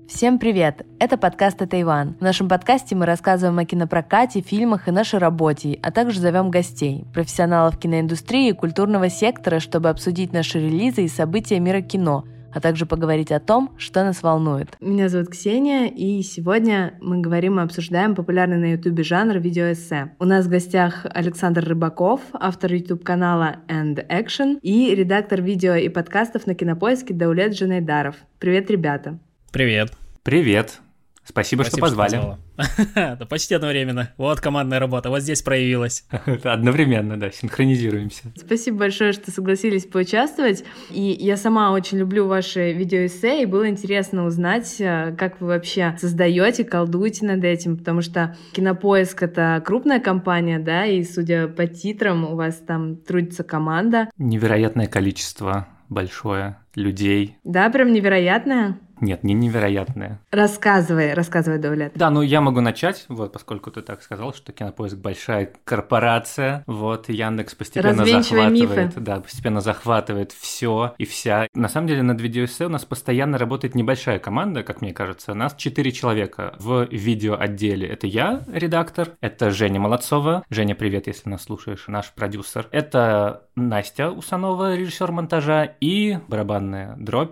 Всем привет! Это подкаст «Это Иван». В нашем подкасте мы рассказываем о кинопрокате, фильмах и нашей работе, а также зовем гостей, профессионалов киноиндустрии и культурного сектора, чтобы обсудить наши релизы и события мира кино, а также поговорить о том, что нас волнует. Меня зовут Ксения, и сегодня мы говорим и обсуждаем популярный на Ютубе жанр видеоэссе. У нас в гостях Александр Рыбаков, автор Ютуб-канала And Action и редактор видео и подкастов на Кинопоиске Даулет Жанайдаров. Привет, ребята! Привет. Привет. Спасибо, что позвали. Да, почти одновременно. Вот командная работа, вот здесь проявилась. Одновременно, да, синхронизируемся. Спасибо большое, что согласились поучаствовать. И я сама очень люблю ваши видеоэссе, и было интересно узнать, как вы вообще создаете, колдуете над этим, потому что Кинопоиск — это крупная компания, да, и, судя по титрам, у вас там трудится команда. Невероятное количество, большое, людей. Да, прям невероятное? Нет, не невероятное. Рассказывай, Даулет. Да, ну я могу начать, вот, поскольку ты так сказал, что Кинопоиск большая корпорация, вот, Яндекс постепенно захватывает все и вся. На самом деле над видеоэссе у нас постоянно работает небольшая команда, как мне кажется, нас 4 человека в видеоотделе. Это я, редактор, это Женя Молодцова. Женя, привет, если нас слушаешь, наш продюсер. Это Настя Усанова, режиссер монтажа, и барабанная дробь.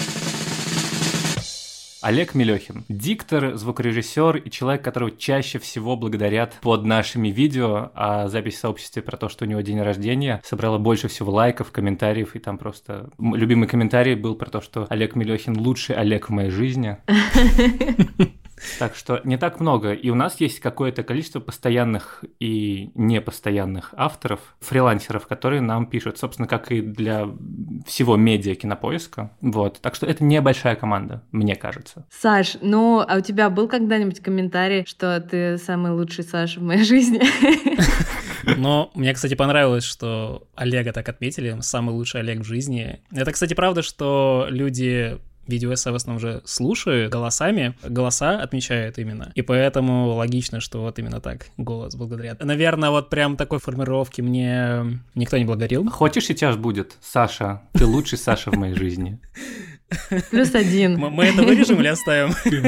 Олег Мелехин, диктор, звукорежиссер и человек, которого чаще всего благодарят под нашими видео, а запись в сообществе про то, что у него день рождения, собрала больше всего лайков, комментариев, и там просто любимый комментарий был про то, что Олег Мелехин лучший Олег в моей жизни. Так что не так много. И у нас есть какое-то количество постоянных и непостоянных авторов, фрилансеров, которые нам пишут, собственно, как и для всего медиа Кинопоиска. Вот. Так что это небольшая команда, мне кажется. Саш, ну, а у тебя был когда-нибудь комментарий, что ты самый лучший Саша в моей жизни? Но мне, кстати, понравилось, что Олега так отметили, самый лучший Олег в жизни. Это, кстати, правда, что люди видеоэссе в основном уже слушают голосами, голоса отмечают именно. И поэтому логично, что вот именно так голос благодарят. Наверное, вот прям такой формировки мне никто не благодарил. Хочешь, сейчас будет? Саша, ты лучший Саша в моей жизни. +1. Мы это вырежем или оставим?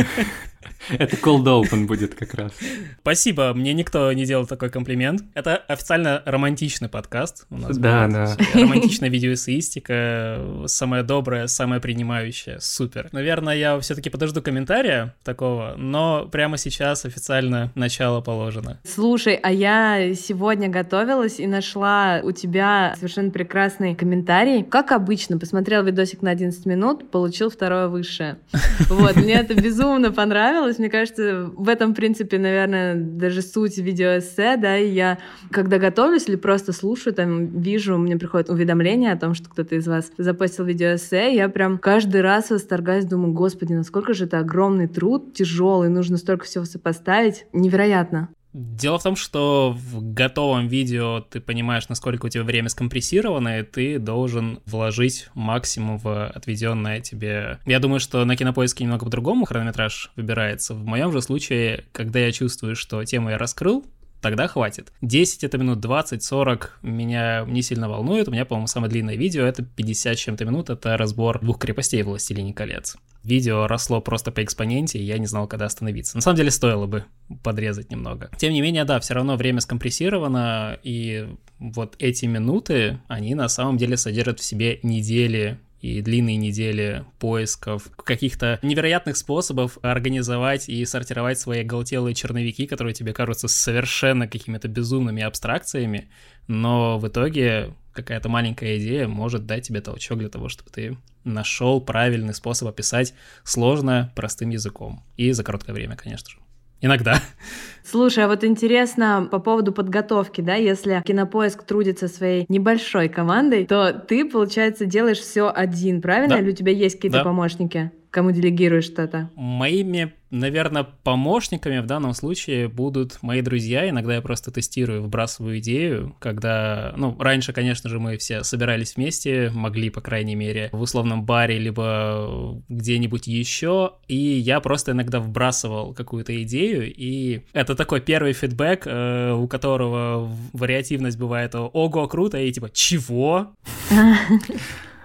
Это cold open будет как раз. Спасибо, мне никто не делал такой комплимент. Это официально романтичный подкаст у нас. Да. Романтичная видеоэссеистика, самая добрая, самая принимающая, супер. Наверное, я все-таки подожду комментария такого, но прямо сейчас официально начало положено. Слушай, а я сегодня готовилась и нашла у тебя совершенно прекрасный комментарий. Как обычно, посмотрел видосик на 11 минут, получил 2 высшее. Вот, мне это безумно понравилось. Мне кажется, в этом, в принципе, наверное, даже суть видеоэссе, да, и я, когда готовлюсь или просто слушаю, там, вижу, мне приходит уведомление о том, что кто-то из вас запостил видеоэссе, я прям каждый раз восторгаюсь, думаю, господи, насколько же это огромный труд, тяжелый, нужно столько всего сопоставить. Невероятно. Дело в том, что в готовом видео ты понимаешь, насколько у тебя время скомпрессировано, и ты должен вложить максимум в отведенное тебе. Я думаю, что на Кинопоиске немного по-другому хронометраж выбирается. В моем же случае, когда я чувствую, что тему я раскрыл, тогда хватит. 10 это минут, 20, 40 меня не сильно волнует. У меня, по-моему, самое длинное видео — это 50 с чем-то минут, это разбор 2 крепостей «Властелине колец». Видео росло просто по экспоненте, и я не знал, когда остановиться. На самом деле, стоило бы подрезать немного. Тем не менее, да, все равно время скомпрессировано, и вот эти минуты, они на самом деле содержат в себе недели и длинные недели поисков, каких-то невероятных способов организовать и сортировать свои оголтелые черновики, которые тебе кажутся совершенно какими-то безумными абстракциями, но в итоге какая-то маленькая идея может дать тебе толчок для того, чтобы ты нашел правильный способ описать сложно простым языком. И за короткое время, конечно же. Иногда. Слушай, а вот интересно по поводу подготовки, да, если Кинопоиск трудится своей небольшой командой, то ты, получается, делаешь все один, правильно? Да. Или у тебя есть какие-то помощники? Кому делегируешь что-то? Моими, наверное, помощниками в данном случае будут мои друзья. Иногда я просто тестирую, вбрасываю идею, когда... Ну, раньше, конечно же, мы все собирались вместе, могли, по крайней мере, в условном баре, либо где-нибудь еще, и я просто иногда вбрасывал какую-то идею, и это такой первый фидбэк, у которого вариативность бывает «Ого, круто!» и типа «Чего?»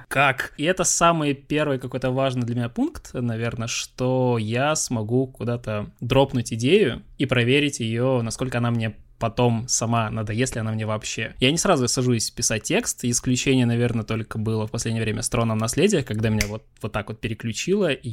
как? И это самый первый какой-то важный для меня пункт, наверное, что я смогу куда-то дропнуть идею и проверить ее, насколько она мне потом сама надоест ли она мне вообще. Я не сразу сажусь писать текст, исключение, наверное, только было в последнее время с «Троном наследия», когда меня вот так вот переключило, и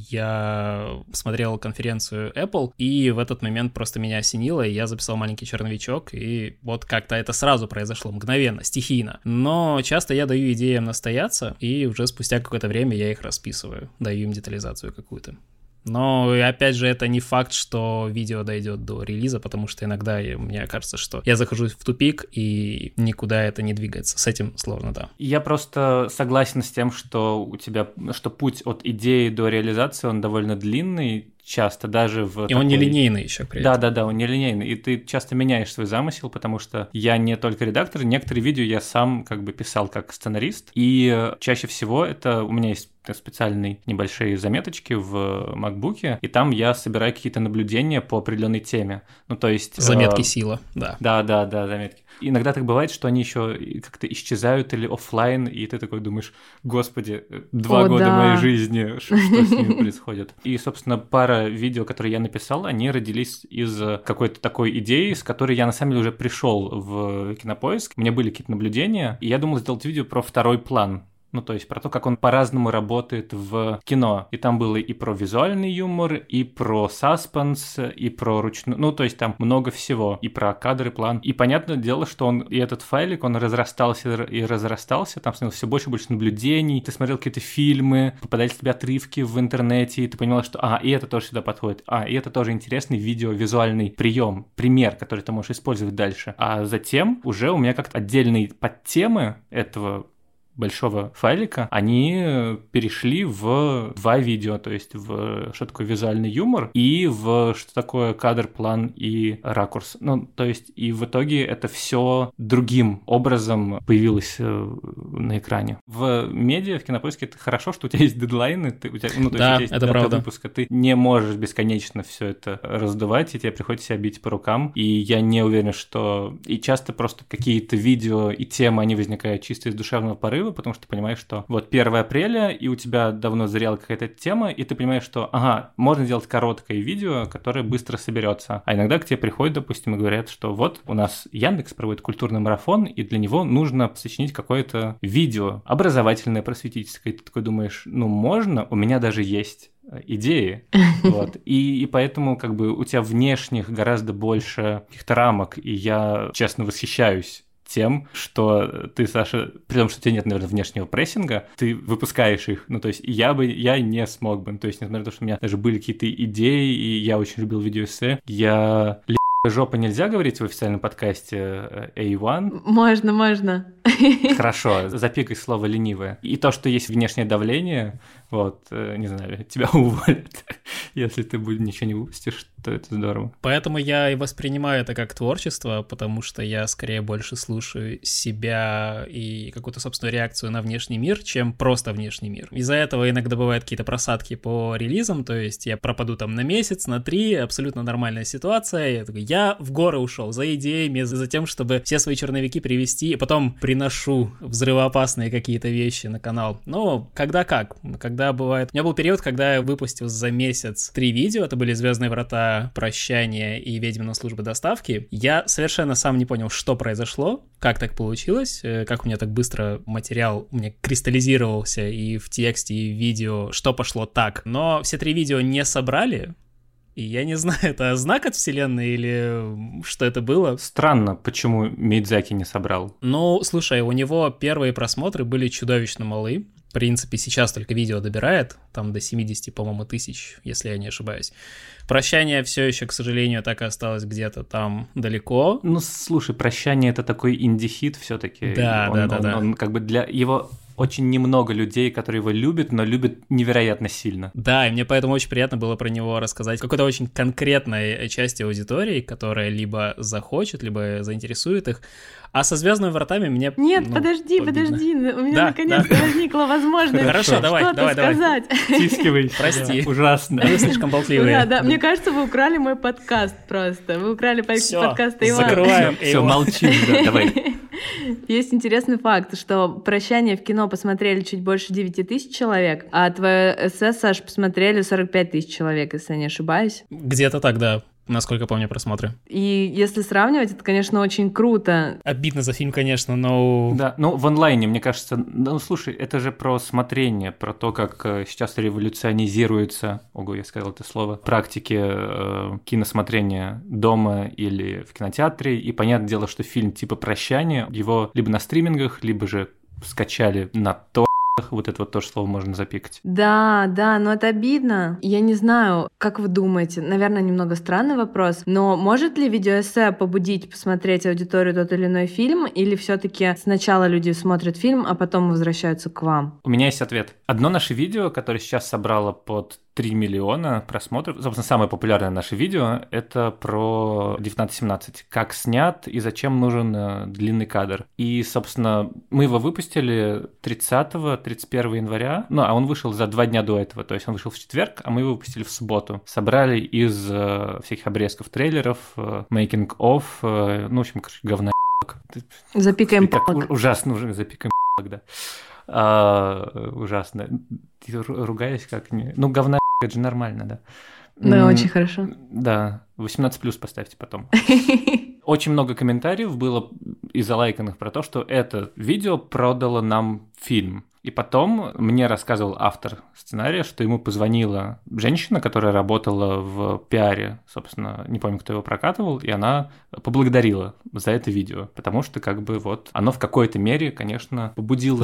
я смотрел конференцию Apple, и в этот момент просто меня осенило, и я записал маленький черновичок, и вот как-то это сразу произошло мгновенно, стихийно. Но часто я даю идеям настояться, и уже спустя какое-то время я их расписываю, даю им детализацию какую-то. Но, опять же, это не факт, что видео дойдет до релиза, потому что иногда мне кажется, что я захожу в тупик, и никуда это не двигается. С этим сложно, да. Я просто согласен с тем, что у тебя, что путь от идеи до реализации, он довольно длинный, часто даже в... И он нелинейный еще при этом. Да, он нелинейный, и ты часто меняешь свой замысел, потому что я не только редактор, некоторые видео я сам как бы писал как сценарист, и чаще всего это у меня есть специальные небольшие заметочки в MacBook'е, и там я собираю какие-то наблюдения по определенной теме. Ну, то есть... Заметки сила, да. Да, заметки. Иногда так бывает, что они еще как-то исчезают или офлайн, и ты такой думаешь, господи, 2 года моей жизни, что с ними происходит? И, собственно, пара видео, которые я написал, они родились из какой-то такой идеи, с которой я, на самом деле, уже пришел в Кинопоиск. У меня были какие-то наблюдения, и я думал сделать видео про второй план. Ну, то есть про то, как он по-разному работает в кино. И там было и про визуальный юмор, и про саспенс, и про ручную... Ну, то есть там много всего. И про кадры, план. И понятное дело, что он... И этот файлик, он разрастался и разрастался. Там становилось все больше и больше наблюдений. Ты смотрел какие-то фильмы, попадались тебе отрывки в интернете, и ты понимал, что и это тоже сюда подходит. И это тоже интересный видео-визуальный пример, который ты можешь использовать дальше. А затем уже у меня как-то отдельные подтемы этого большого файлика, они перешли в 2 видео, то есть в что такое визуальный юмор и в что такое кадр, план и ракурс. Ну, то есть и в итоге это все другим образом появилось на экране. В медиа, в Кинопоиске это хорошо, что у тебя есть дедлайны, у тебя есть это дата правда. выпуска, ты не можешь бесконечно все это раздувать, и тебе приходится себя бить по рукам, и я не уверен, что... И часто просто какие-то видео и темы, они возникают чисто из душевного порыва, потому что ты понимаешь, что вот 1 апреля, и у тебя давно зрела какая-то тема, и ты понимаешь, что, можно сделать короткое видео, которое быстро соберется. А иногда к тебе приходят, допустим, и говорят, что вот у нас Яндекс проводит культурный марафон, и для него нужно сочинить какое-то видео образовательное, просветительское. И ты такой думаешь, можно, у меня даже есть идеи, вот, и поэтому как бы у тебя внешних гораздо больше каких-то рамок, и я, честно, восхищаюсь тем, что ты, Саша, при том, что у тебя нет, наверное, внешнего прессинга, ты выпускаешь их. Ну, то есть я не смог бы. То есть, несмотря на то, что у меня даже были какие-то идеи, и я очень любил видеоэссе, жопа нельзя говорить в официальном подкасте A1? Можно. Хорошо, запикай слово «ленивое». И то, что есть внешнее давление, не знаю, тебя уволят. Если ты ничего не выпустишь, то это здорово. Поэтому я и воспринимаю это как творчество, потому что я скорее больше слушаю себя и какую-то собственную реакцию на внешний мир, чем просто внешний мир. Из-за этого иногда бывают какие-то просадки по релизам, то есть я пропаду там на месяц, на 3, абсолютно нормальная ситуация, я такой, я в горы ушел за идеями, за тем, чтобы все свои черновики привести, и потом приношу взрывоопасные какие-то вещи на канал. Но когда как? Когда бывает... У меня был период, когда я выпустил за месяц 3 видео, это были «Звездные врата», «Прощание» и «Ведьмина служба доставки». Я совершенно сам не понял, что произошло, как так получилось, как у меня так быстро материал у меня кристаллизировался и в тексте, и в видео, что пошло так. Но все 3 видео не собрали, и я не знаю, это знак от вселенной или что это было. Странно, почему Миядзаки не собрал. Ну, слушай, у него первые просмотры были чудовищно малы. В принципе, сейчас только видео добирает, там до 70, по-моему, тысяч, если я не ошибаюсь. «Прощание» все еще, к сожалению, так и осталось где-то там далеко. Ну, слушай, «Прощание» — это такой инди-хит все-таки. Да. Он как бы для его... Очень немного людей, которые его любят, но любят невероятно сильно. Да, и мне поэтому очень приятно было про него рассказать какой-то очень конкретной части аудитории, которая либо захочет, либо заинтересует их. А со «Звездными вратами» мне... Нет, подожди, у меня наконец-то возникла возможность Хорошо, давай. сказать. Тискивай. Прости. Ужасно. Вы слишком болтливые. Да, мне кажется, вы украли мой подкаст просто. Вы украли подкаст Ивана. Закрываем. Все, молчим, да, давай. Есть интересный факт, что «Прощание» в кино посмотрели чуть больше 9 тысяч человек, а твое эссе, Саш, посмотрели 45 тысяч человек, если я не ошибаюсь. Где-то так, да. Насколько помню просмотры. И если сравнивать, это, конечно, очень круто. Обидно за фильм, конечно, но... Да, ну в онлайне, мне кажется, ну слушай, это же про смотрение, про то, как сейчас революционизируется, ого, я сказал это слово, практики киносмотрения дома или в кинотеатре. И понятное дело, что фильм типа «Прощание», его либо на стримингах, либо же скачали на то. Вот это вот тоже слово можно запикать. Да, но это обидно. Я не знаю, как вы думаете, наверное, немного странный вопрос, но может ли видеоэссе побудить посмотреть аудиторию тот или иной фильм, или все-таки сначала люди смотрят фильм, а потом возвращаются к вам? У меня есть ответ. Одно наше видео, которое сейчас собрало под 3 миллиона просмотров. Собственно, самое популярное наше видео — это про 1917. Как снят и зачем нужен длинный кадр. И, собственно, мы его выпустили 30-31 января. Ну, а он вышел за 2 дня до этого. То есть он вышел в четверг, а мы его выпустили в субботу. Собрали из всяких обрезков трейлеров, making-of, ну, в общем, короче, говна. Запикаем палок. Ужасно уже запикаем палок, да. Ужасно. Ругаюсь как не... Ну, говна, это же нормально, да. Да, очень хорошо. Да, 18+ поставьте потом. Очень много комментариев было и залайканных про то, что это видео продало нам фильм. И потом мне рассказывал автор сценария, что ему позвонила женщина, которая работала в пиаре, собственно, не помню, кто его прокатывал, и она поблагодарила за это видео, потому что как бы вот оно в какой-то мере, конечно, побудило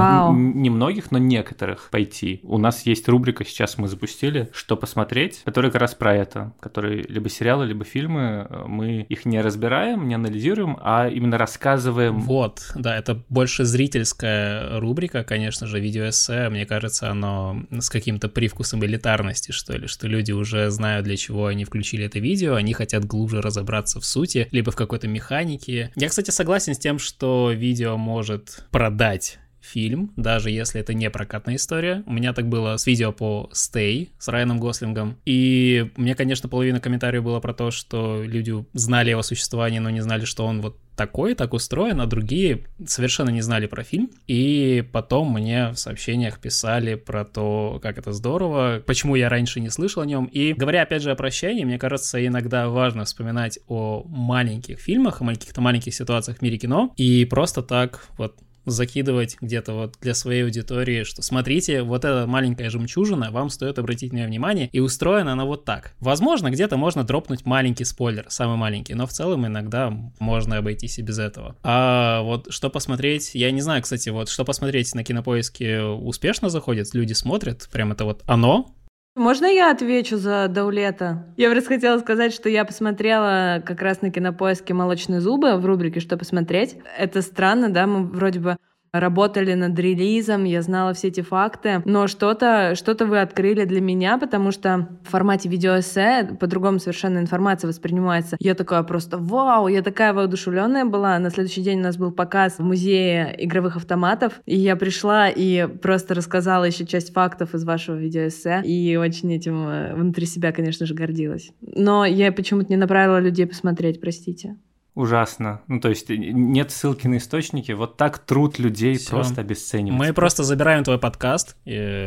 не многих, но некоторых пойти. У нас есть рубрика, сейчас мы запустили, что посмотреть, которая как раз про это, которые либо сериалы, либо фильмы, мы их не разбираем, не анализируем, а именно рассказываем. Вот, да, это больше зрительская рубрика, конечно же, видеоэссе, мне кажется, оно с каким-то привкусом элитарности, что ли, что люди уже знают, для чего они включили это видео, они хотят глубже разобраться в сути, либо в какой-то механике. Я, кстати, согласен с тем, что видео может продать фильм, даже если это не прокатная история. У меня так было с видео по Stay с Райаном Гослингом. И мне, конечно, половина комментариев было про то, что люди знали его существование, но не знали, что он вот такой, так устроен, а другие совершенно не знали про фильм. И потом мне в сообщениях писали про то, как это здорово, почему я раньше не слышал о нем. И говоря, опять же, о прощании, мне кажется, иногда важно вспоминать о маленьких фильмах, о каких-то маленьких ситуациях в мире кино, и просто так вот закидывать где-то вот для своей аудитории, что смотрите, вот эта маленькая жемчужина, вам стоит обратить на нее внимание, и устроена она вот так. Возможно, где-то можно дропнуть маленький спойлер, самый маленький, но в целом иногда можно обойтись и без этого. А вот что посмотреть, я не знаю, кстати, вот что посмотреть на Кинопоиске успешно заходит, люди смотрят, прям это вот оно. Можно я отвечу за Даулета? Я просто хотела сказать, что я посмотрела как раз на Кинопоиске «Молочные зубы» в рубрике «Что посмотреть». Это странно, да, мы вроде бы работали над релизом, я знала все эти факты, но что-то вы открыли для меня, потому что в формате видеоэссе по-другому совершенно информация воспринимается. Я такая просто вау, я такая воодушевленная была. На следующий день у нас был показ в музее игровых автоматов, и я пришла и просто рассказала еще часть фактов из вашего видеоэссе, и очень этим внутри себя, конечно же, гордилась. Но я почему-то не направила людей посмотреть, Ужасно. Ну, то есть нет ссылки на источники. Вот так труд людей Всё. просто обесценивается. Мы просто забираем твой подкаст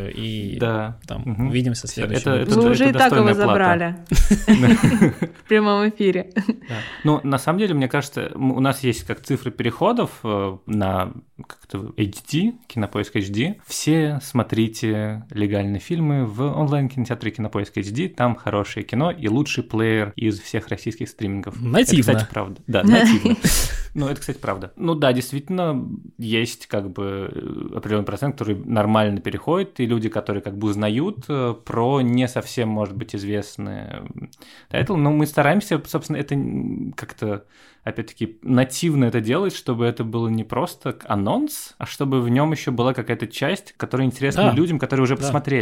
и да. Там увидимся в следующем. Вы уже и так его забрали в прямом эфире. Ну, на самом деле, мне кажется, у нас есть как цифры переходов на как-то HD, Кинопоиск HD. Все смотрите легальные фильмы в онлайн-кинотеатре Кинопоиск HD. Там хорошее кино и лучший плеер из всех российских стримингов. Нативно. Это, кстати, правда. Да, нативно. Ну, это, кстати, правда. Ну да, действительно, есть как бы определенный процент, который нормально переходит, и люди, которые как бы узнают про не совсем, может быть, известные тайтлы, но мы стараемся, собственно, это как-то, опять-таки, нативно это делать, чтобы это было не просто анонс, а чтобы в нем еще была какая-то часть, которая интересна людям, которые уже посмотрели.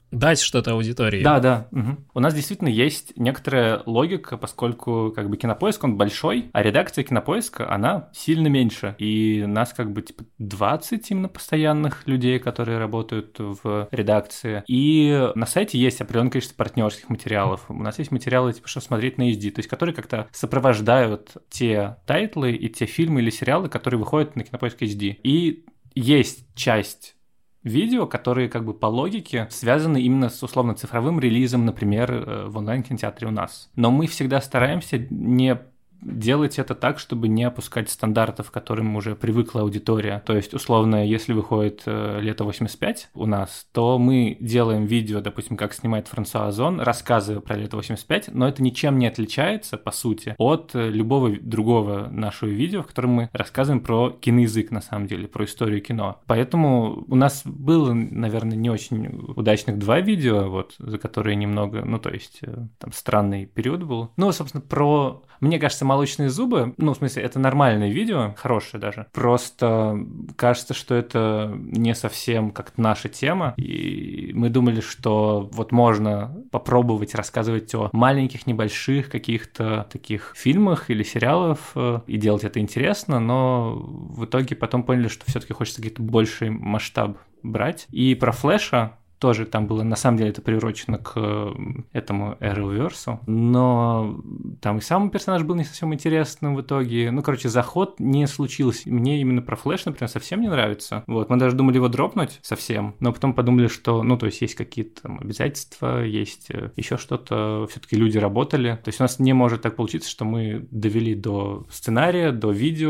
дать что-то аудитории. Да. Угу. У нас действительно есть некоторая логика, поскольку как бы Кинопоиск, он большой, а редакция Кинопоиска, она сильно меньше. И нас как бы типа 20 именно постоянных людей, которые работают в редакции. И на сайте есть определенное количество партнерских материалов. У нас есть материалы, типа, что смотреть на HD, то есть которые как-то сопровождают те тайтлы и те фильмы или сериалы, которые выходят на Кинопоиск HD. И есть часть видео, которые как бы по логике связаны именно с условно цифровым релизом, например, в онлайн-кинотеатре у нас. Но мы всегда стараемся не делать это так, чтобы не опускать стандартов, к которым уже привыкла аудитория. То есть, условно, если выходит «Лето 85» у нас, то мы делаем видео, допустим, как снимает Франсуа Озон, рассказывая про «Лето 85», но это ничем не отличается, по сути, от любого другого нашего видео, в котором мы рассказываем про киноязык, на самом деле, про историю кино. Поэтому у нас было, наверное, не очень удачных 2 видео, вот, за которые немного, ну, то есть, там, странный период был. Ну, собственно, мне кажется, молочные зубы, ну, в смысле, это нормальное видео, хорошее даже. Просто кажется, что это не совсем как-то наша тема. И мы думали, что вот можно попробовать рассказывать о маленьких, небольших каких-то таких фильмах или сериалах и делать это интересно, но в итоге потом поняли, что все-таки хочется какой-то больший масштаб брать. И про Флэша тоже там было, на самом деле, это приурочено к этому Arrowverse, но там и сам персонаж был не совсем интересным в итоге. Ну, короче, заход не случился. Мне именно про Флэш, например, совсем не нравится. Вот, мы даже думали его дропнуть совсем, но потом подумали, что, ну, то есть есть какие-то там обязательства, есть еще что-то, все-таки люди работали. То есть у нас не может так получиться, что мы довели до сценария, до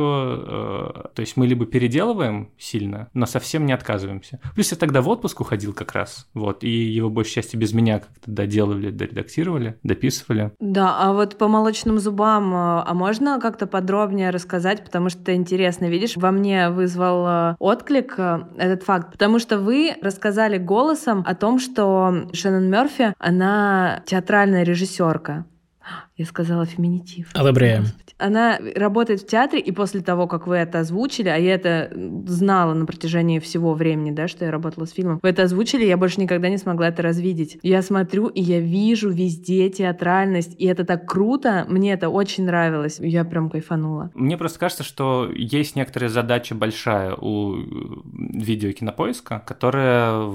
видео, то есть мы либо переделываем сильно, но совсем не отказываемся. Плюс я тогда в отпуск уходил как раз. Вот, и его, большей части, без меня как-то доделывали, доредактировали, дописывали. Да, а вот по молочным зубам, а можно как-то подробнее рассказать, потому что это интересно, видишь, во мне вызвал отклик этот факт, потому что вы рассказали голосом о том, что Шеннон Мёрфи, она театральная режиссерка. Я сказала феминитив. Одобряем. Господи. Она работает в театре, и после того, как вы это озвучили, а я это знала на протяжении всего времени, да, что я работала с фильмом, вы это озвучили, я больше никогда не смогла это развидеть. Я смотрю, и я вижу везде театральность, и это так круто, мне это очень нравилось, я прям кайфанула. Мне просто кажется, что есть некоторая задача большая у видео Кинопоиска, которая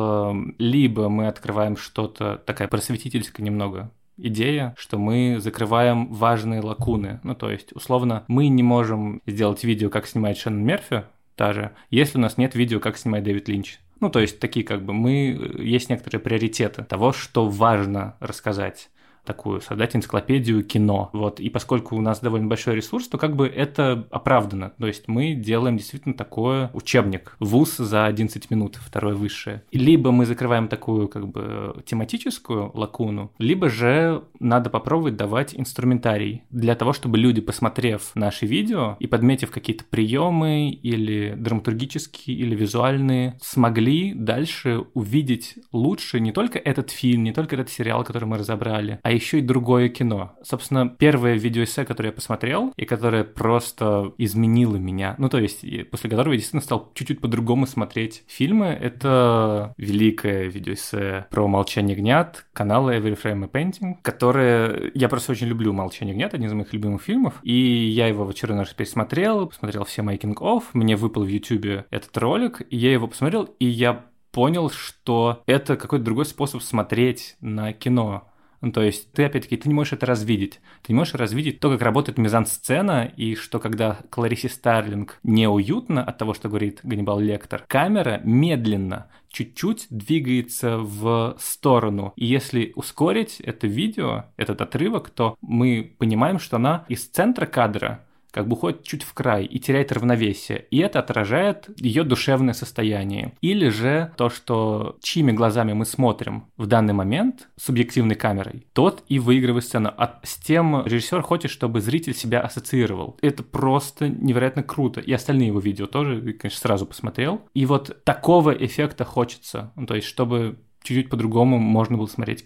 либо мы открываем что-то, такая просветительская немного идея, что мы закрываем важные лакуны. Ну, то есть, условно, мы не можем сделать видео, как снимает Шеннон Мёрфи, даже, если у нас нет видео, как снимает Дэвид Линч. Ну, то есть, такие как бы есть некоторые приоритеты того, что важно рассказать. Такую создать энциклопедию кино. Вот. И поскольку у нас довольно большой ресурс, то как бы это оправдано. То есть мы делаем действительно такой учебник. ВУЗ за 11 минут, второе высшее. Либо мы закрываем такую как бы тематическую лакуну, либо же надо попробовать давать инструментарий для того, чтобы люди, посмотрев наши видео и подметив какие-то приемы или драматургические, или визуальные, смогли дальше увидеть лучше не только этот фильм, не только этот сериал, который мы разобрали, а еще и другое кино. Собственно, первое видеоэссе, которое я посмотрел, и которое просто изменило меня, ну, то есть, после которого я действительно стал чуть-чуть по-другому смотреть фильмы, это великое видеоэссе про «Молчание ягнят» канала Every Frame a Painting, которое... Я просто очень люблю «Молчание ягнят», один из моих любимых фильмов, и я его в очередной раз пересмотрел, посмотрел все making-of, мне выпал в YouTube этот ролик, и я его посмотрел, и я понял, что это какой-то другой способ смотреть на кино. Ну, то есть ты, опять-таки, ты не можешь это развидеть. Ты не можешь развидеть то, как работает мизансцена, и что, когда Кларисе Старлинг неуютно от того, что говорит Ганнибал Лектор, камера медленно, чуть-чуть двигается в сторону. И если ускорить это видео, этот отрывок, то мы понимаем, что она из центра кадра как бы уходит чуть в край и теряет равновесие. И это отражает ее душевное состояние. Или же то, что чьими глазами мы смотрим в данный момент субъективной камерой, тот и выигрывает сцену. А с тем режиссер хочет, чтобы зритель себя ассоциировал. Это просто невероятно круто. И остальные его видео тоже, конечно, сразу посмотрел. И вот такого эффекта хочется. Ну, то есть, чтобы чуть-чуть по-другому можно было смотреть кино.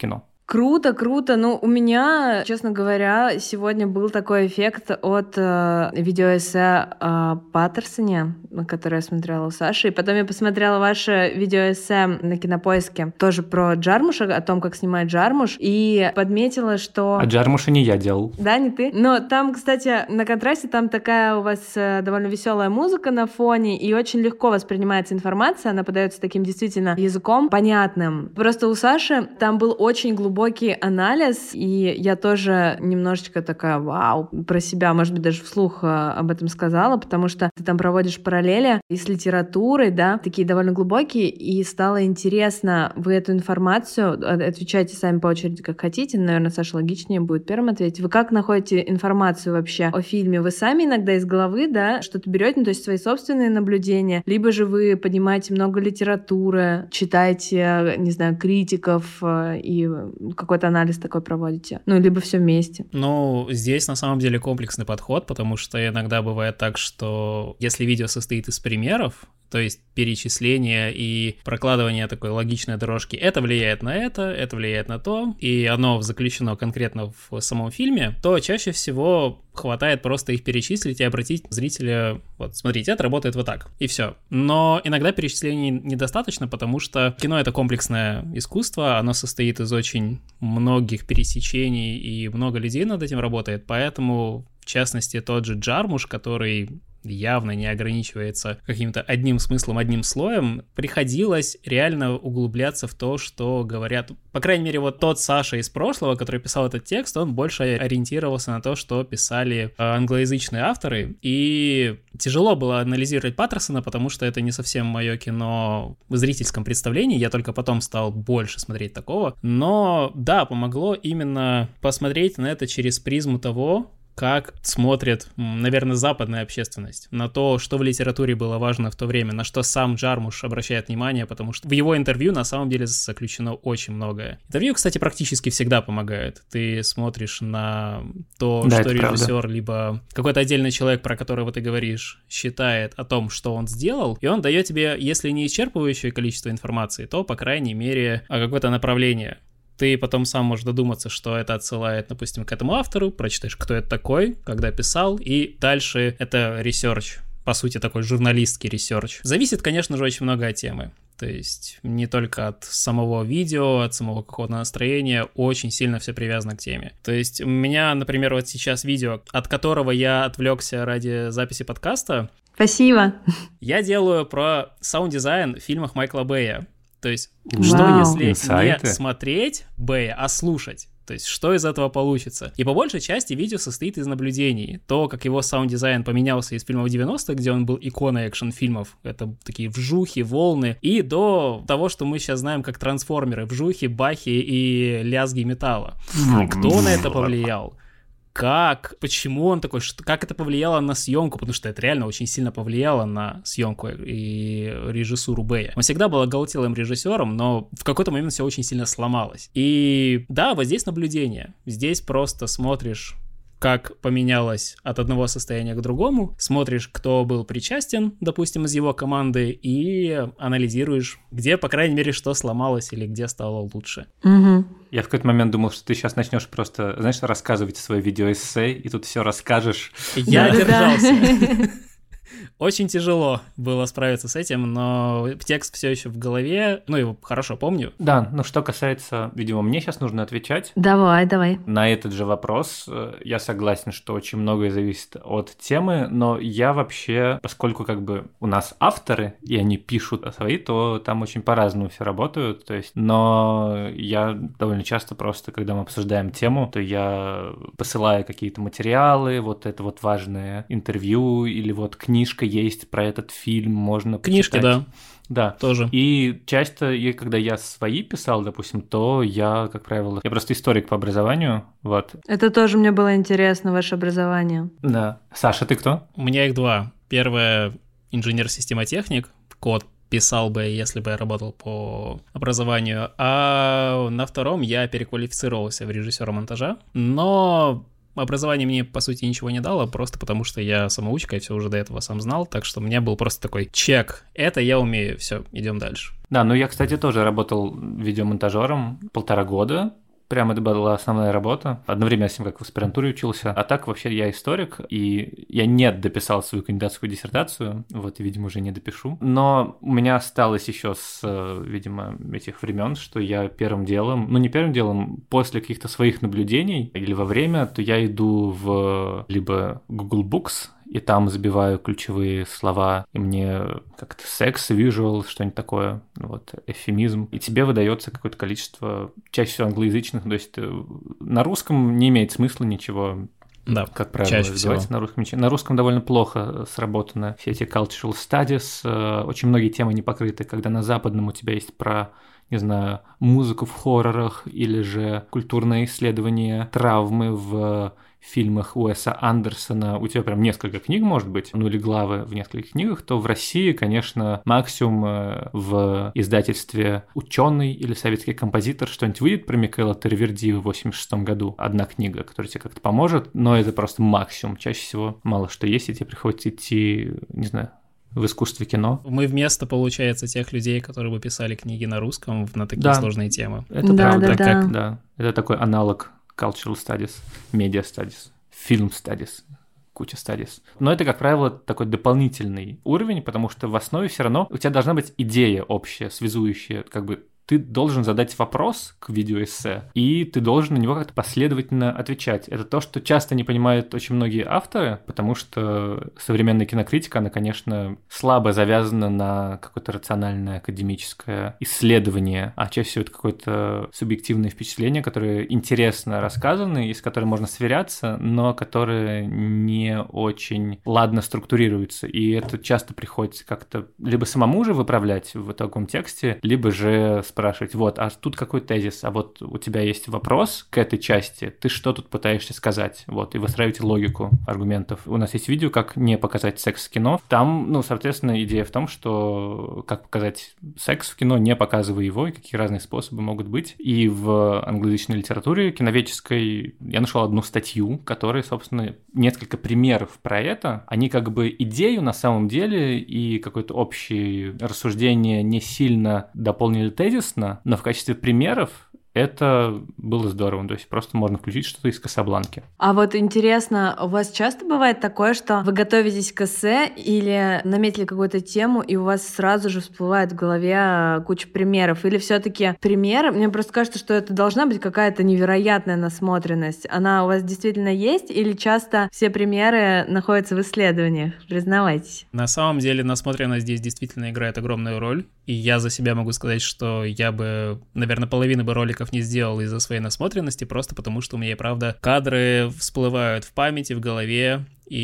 Круто, круто. Ну, у меня, честно говоря, сегодня был такой эффект от видеоэссе о Паттерсоне, которое я смотрела у Саши. И потом я посмотрела ваше видеоэссе на Кинопоиске, тоже про Джармуша, о том, как снимает Джармуш, и подметила, что... А Джармуша не я делал. Да, не ты? Но там, кстати, на контрасте там такая у вас довольно веселая музыка на фоне, и очень легко воспринимается информация, она подается таким действительно языком понятным. Просто у Саши там был очень глубокий анализ, и я тоже немножечко такая, вау, про себя, может быть, даже вслух об этом сказала, потому что ты там проводишь параллели и с литературой, да, такие довольно глубокие, и стало интересно, вы эту информацию, отвечайте сами по очереди, как хотите, наверное, Саша логичнее будет первым ответить. Вы как находите информацию вообще о фильме? Вы сами иногда из головы, да, что-то берете, ну, то есть свои собственные наблюдения, либо же вы поднимаете много литературы, читаете, не знаю, критиков и какой-то анализ такой проводите? Ну, либо все вместе? Ну, здесь на самом деле комплексный подход, потому что иногда бывает так, что если видео состоит из примеров, то есть перечисление и прокладывание такой логичной дорожки, это влияет на это влияет на то, и оно заключено конкретно в самом фильме, то чаще всего хватает просто их перечислить и обратить зрителя, вот, смотрите, это работает вот так, и все. Но иногда перечислений недостаточно, потому что кино — это комплексное искусство, оно состоит из очень многих пересечений, и много людей над этим работает, поэтому, в частности, тот же Джармуш, который явно не ограничивается каким-то одним смыслом, одним слоем, приходилось реально углубляться в то, что говорят. По крайней мере, вот тот Саша из прошлого, который писал этот текст, он больше ориентировался на то, что писали англоязычные авторы, и тяжело было анализировать Паттерсона, потому что это не совсем мое кино в зрительском представлении, я только потом стал больше смотреть такого, но да, помогло именно посмотреть на это через призму того, как смотрит, наверное, западная общественность на то, что в литературе было важно в то время, на что сам Джармуш обращает внимание, потому что в его интервью на самом деле заключено очень многое. Интервью, кстати, практически всегда помогает. Ты смотришь на то, да, что режиссер, правда, либо какой-то отдельный человек, про которого ты говоришь, считает о том, что он сделал, и он дает тебе, если не исчерпывающее количество информации, то, по крайней мере, какое-то направление. Ты потом сам можешь додуматься, что это отсылает, допустим, к этому автору, прочитаешь, кто это такой, когда писал, и дальше это ресерч, по сути, такой журналистский ресерч. Зависит, конечно же, очень много от темы. То есть не только от самого видео, от самого какого-то настроения, очень сильно все привязано к теме. То есть у меня, например, вот сейчас видео, от которого я отвлекся ради записи подкаста. Спасибо. Я делаю про саунд-дизайн в фильмах Майкла Бэя. То есть, что если не смотреть Бэя, а слушать? То есть, что из этого получится? И по большей части видео состоит из наблюдений. То, как его саунд-дизайн поменялся из фильмов 90-х, где он был иконой экшн-фильмов, это такие вжухи, волны, и до того, что мы сейчас знаем как трансформеры, вжухи, бахи и лязги металла. Кто на это повлиял? Почему он такой, как это повлияло на съемку, потому что это реально очень сильно повлияло на съемку и режиссуру Бэя. Он всегда был оголтелым режиссером, но в какой-то момент все очень сильно сломалось. И да, вот здесь наблюдение. Здесь просто смотришь, как поменялось от одного состояния к другому, смотришь, кто был причастен, допустим, из его команды, и анализируешь, где, по крайней мере, что сломалось или где стало лучше. Угу. Я в какой-то момент думал, что ты сейчас начнешь просто, знаешь, рассказывать свое видеоэссе, и тут все расскажешь. Я держался. Очень тяжело было справиться с этим, но текст все еще в голове, ну, его хорошо помню. Да, ну, что касается, видимо, мне сейчас нужно отвечать. Давай. На этот же вопрос я согласен, что очень многое зависит от темы, но я вообще, поскольку как бы у нас авторы, и они пишут свои, то там очень по-разному все работают, то есть, но я довольно часто просто, когда мы обсуждаем тему, то я посылаю какие-то материалы, вот это вот важное интервью или вот книжка есть про этот фильм, можно книжки, почитать. Да, тоже. И часто, когда я свои писал, допустим, то я, как правило, я просто историк по образованию, вот. Это тоже мне было интересно, ваше образование. Да. Саша, ты кто? У меня их два. Первое — инженер-системотехник, код писал бы, если бы я работал по образованию, а на втором я переквалифицировался в режиссера монтажа, но образование мне, по сути, ничего не дало, просто потому что я самоучка, и все уже до этого сам знал, так что у меня был просто такой чек. Это я умею, все, идем дальше. Да, ну я, кстати, тоже работал видеомонтажером 1,5 года, прям это была основная работа. Одновременно с тем, как в аспирантуре учился. А так вообще я историк, и я не дописал свою кандидатскую диссертацию, вот, и, видимо, уже не допишу. Но у меня осталось еще с, видимо, этих времен, что я первым делом, ну не первым делом, после каких-то своих наблюдений или во время, то я иду в либо Google Books, и там забиваю ключевые слова, и мне как-то секс, visual, что-нибудь такое, вот, эвфемизм, и тебе выдается какое-то количество, чаще всего англоязычных, то есть на русском не имеет смысла ничего. Да, как правило, чаще всего. на русском. На русском довольно плохо сработаны все эти cultural studies, очень многие темы не покрыты, когда на западном у тебя есть про, не знаю, музыку в хоррорах или же культурное исследование травмы в фильмах Уэса Андерсона, у тебя прям несколько книг, может быть, ну или главы в нескольких книгах, то в России, конечно, максимум в издательстве «Ученый» или «Советский композитор» что-нибудь выйдет про Микаэла Таравердиева в 1986 году. Одна книга, которая тебе как-то поможет, но это просто максимум. Чаще всего мало что есть, и тебе приходится идти, не знаю, в искусстве кино. Мы вместо, получается, тех людей, которые бы писали книги на русском на такие сложные темы. Это правда. Да. Это такой аналог cultural studies, media studies, film studies, куча studies. Но это, как правило, такой дополнительный уровень, потому что в основе все равно у тебя должна быть идея общая, связующая, как бы ты должен задать вопрос к видеоэссе, и ты должен на него как-то последовательно отвечать. Это то, что часто не понимают очень многие авторы, потому что современная кинокритика, она, конечно, слабо завязана на какое-то рациональное академическое исследование, а чаще всего это какое-то субъективное впечатление, которое интересно рассказано и с которым можно сверяться, но которое не очень ладно структурируется. И это часто приходится как-то либо самому же выправлять в итоговом тексте, либо же спрашивать, вот, а тут какой тезис, а вот у тебя есть вопрос к этой части, ты что тут пытаешься сказать, вот, и выстраиваете логику аргументов. У нас есть видео, как не показать секс в кино. Там, ну, соответственно, идея в том, что как показать секс в кино, не показывая его, и какие разные способы могут быть. И в англоязычной литературе киноведческой я нашел одну статью, которая, собственно, несколько примеров про это. Они как бы идею на самом деле и какое-то общее рассуждение не сильно дополнили тезис, но в качестве примеров это было здорово, то есть просто можно включить что-то из Касабланки. А вот интересно, у вас часто бывает такое, что вы готовитесь к эссе или наметили какую-то тему, и у вас сразу же всплывает в голове куча примеров? Или все-таки примеры? Мне просто кажется, что это должна быть какая-то невероятная насмотренность. Она у вас действительно есть, или часто все примеры находятся в исследованиях? Признавайтесь. На самом деле насмотренность здесь действительно играет огромную роль, и я за себя могу сказать, что я бы, наверное, половину бы роликов не сделал из-за своей насмотренности, просто потому что у меня, правда, кадры всплывают в памяти, в голове,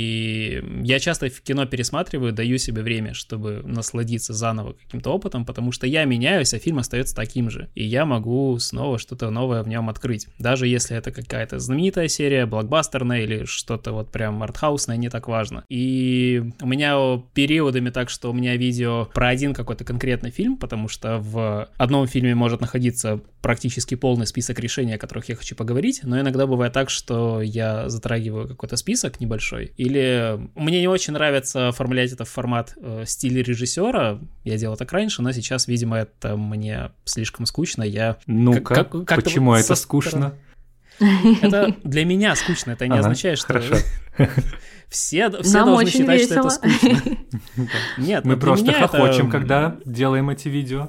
и я часто в кино пересматриваю, даю себе время, чтобы насладиться заново каким-то опытом, потому что я меняюсь, а фильм остается таким же, и я могу снова что-то новое в нем открыть, даже если это какая-то знаменитая серия, блокбастерная или что-то вот прям артхаусное, не так важно. И у меня периодами так, что у меня видео про один какой-то конкретный фильм, потому что в одном фильме может находиться практически полный список решений, о которых я хочу поговорить, но иногда бывает так, что я затрагиваю какой-то список небольшой, или мне не очень нравится оформлять это в формат стиля режиссера, я делал так раньше, но сейчас, видимо, это мне слишком скучно, я... Ну-ка, почему вот это скучно? Это для меня скучно, это не означает, что... Все должны считать, что это скучно. Нет, мы просто хохочем, когда делаем эти видео.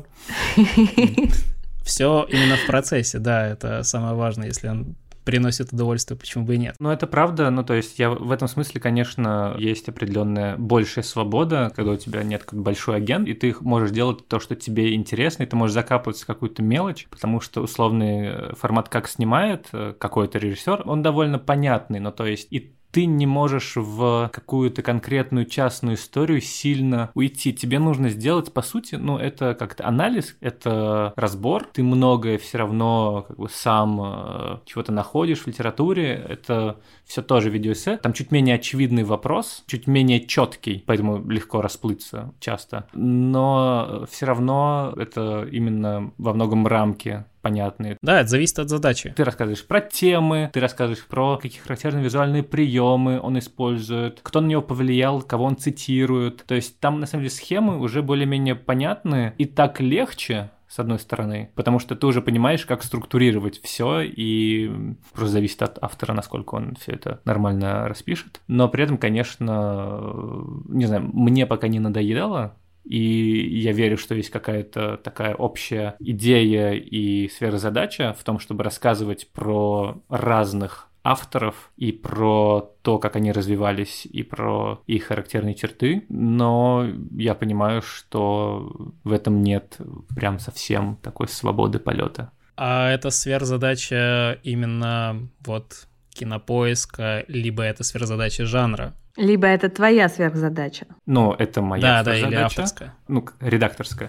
Все именно в процессе, да, это самое важное, если он приносит удовольствие, почему бы и нет. Ну, это правда, ну, то есть я в этом смысле, конечно, есть определенная большая свобода, когда у тебя нет как большой агент, и ты можешь делать то, что тебе интересно, и ты можешь закапываться в какую-то мелочь, потому что условный формат, как снимает какой-то режиссер, он довольно понятный, ну, то есть и ты не можешь в какую-то конкретную частную историю сильно уйти. Тебе нужно сделать, по сути, ну, это как-то анализ, это разбор. Ты многое все равно как бы сам чего-то находишь в литературе. Это все тоже видеоэссе. Там чуть менее очевидный вопрос, чуть менее четкий, поэтому легко расплыться часто. Но все равно это именно во многом рамки понятные. Да, это зависит от задачи. Ты рассказываешь про темы, ты рассказываешь про какие характерные визуальные приемы он использует, кто на него повлиял, кого он цитирует. То есть там, на самом деле, схемы уже более-менее понятны, и так легче с одной стороны, потому что ты уже понимаешь, как структурировать все, и просто зависит от автора, насколько он все это нормально распишет. Но при этом, конечно, не знаю, мне пока не надоело, и я верю, что есть какая-то такая общая идея и сфера-задача в том, чтобы рассказывать про разных авторов и про то, как они развивались, и про их характерные черты, но я понимаю, что в этом нет прям совсем такой свободы полета. А это сверхзадача именно вот Кинопоиска, либо это сверхзадача жанра? Либо это твоя сверхзадача. Ну, это моя сверхзадача. Да, или авторская. Ну, редакторская.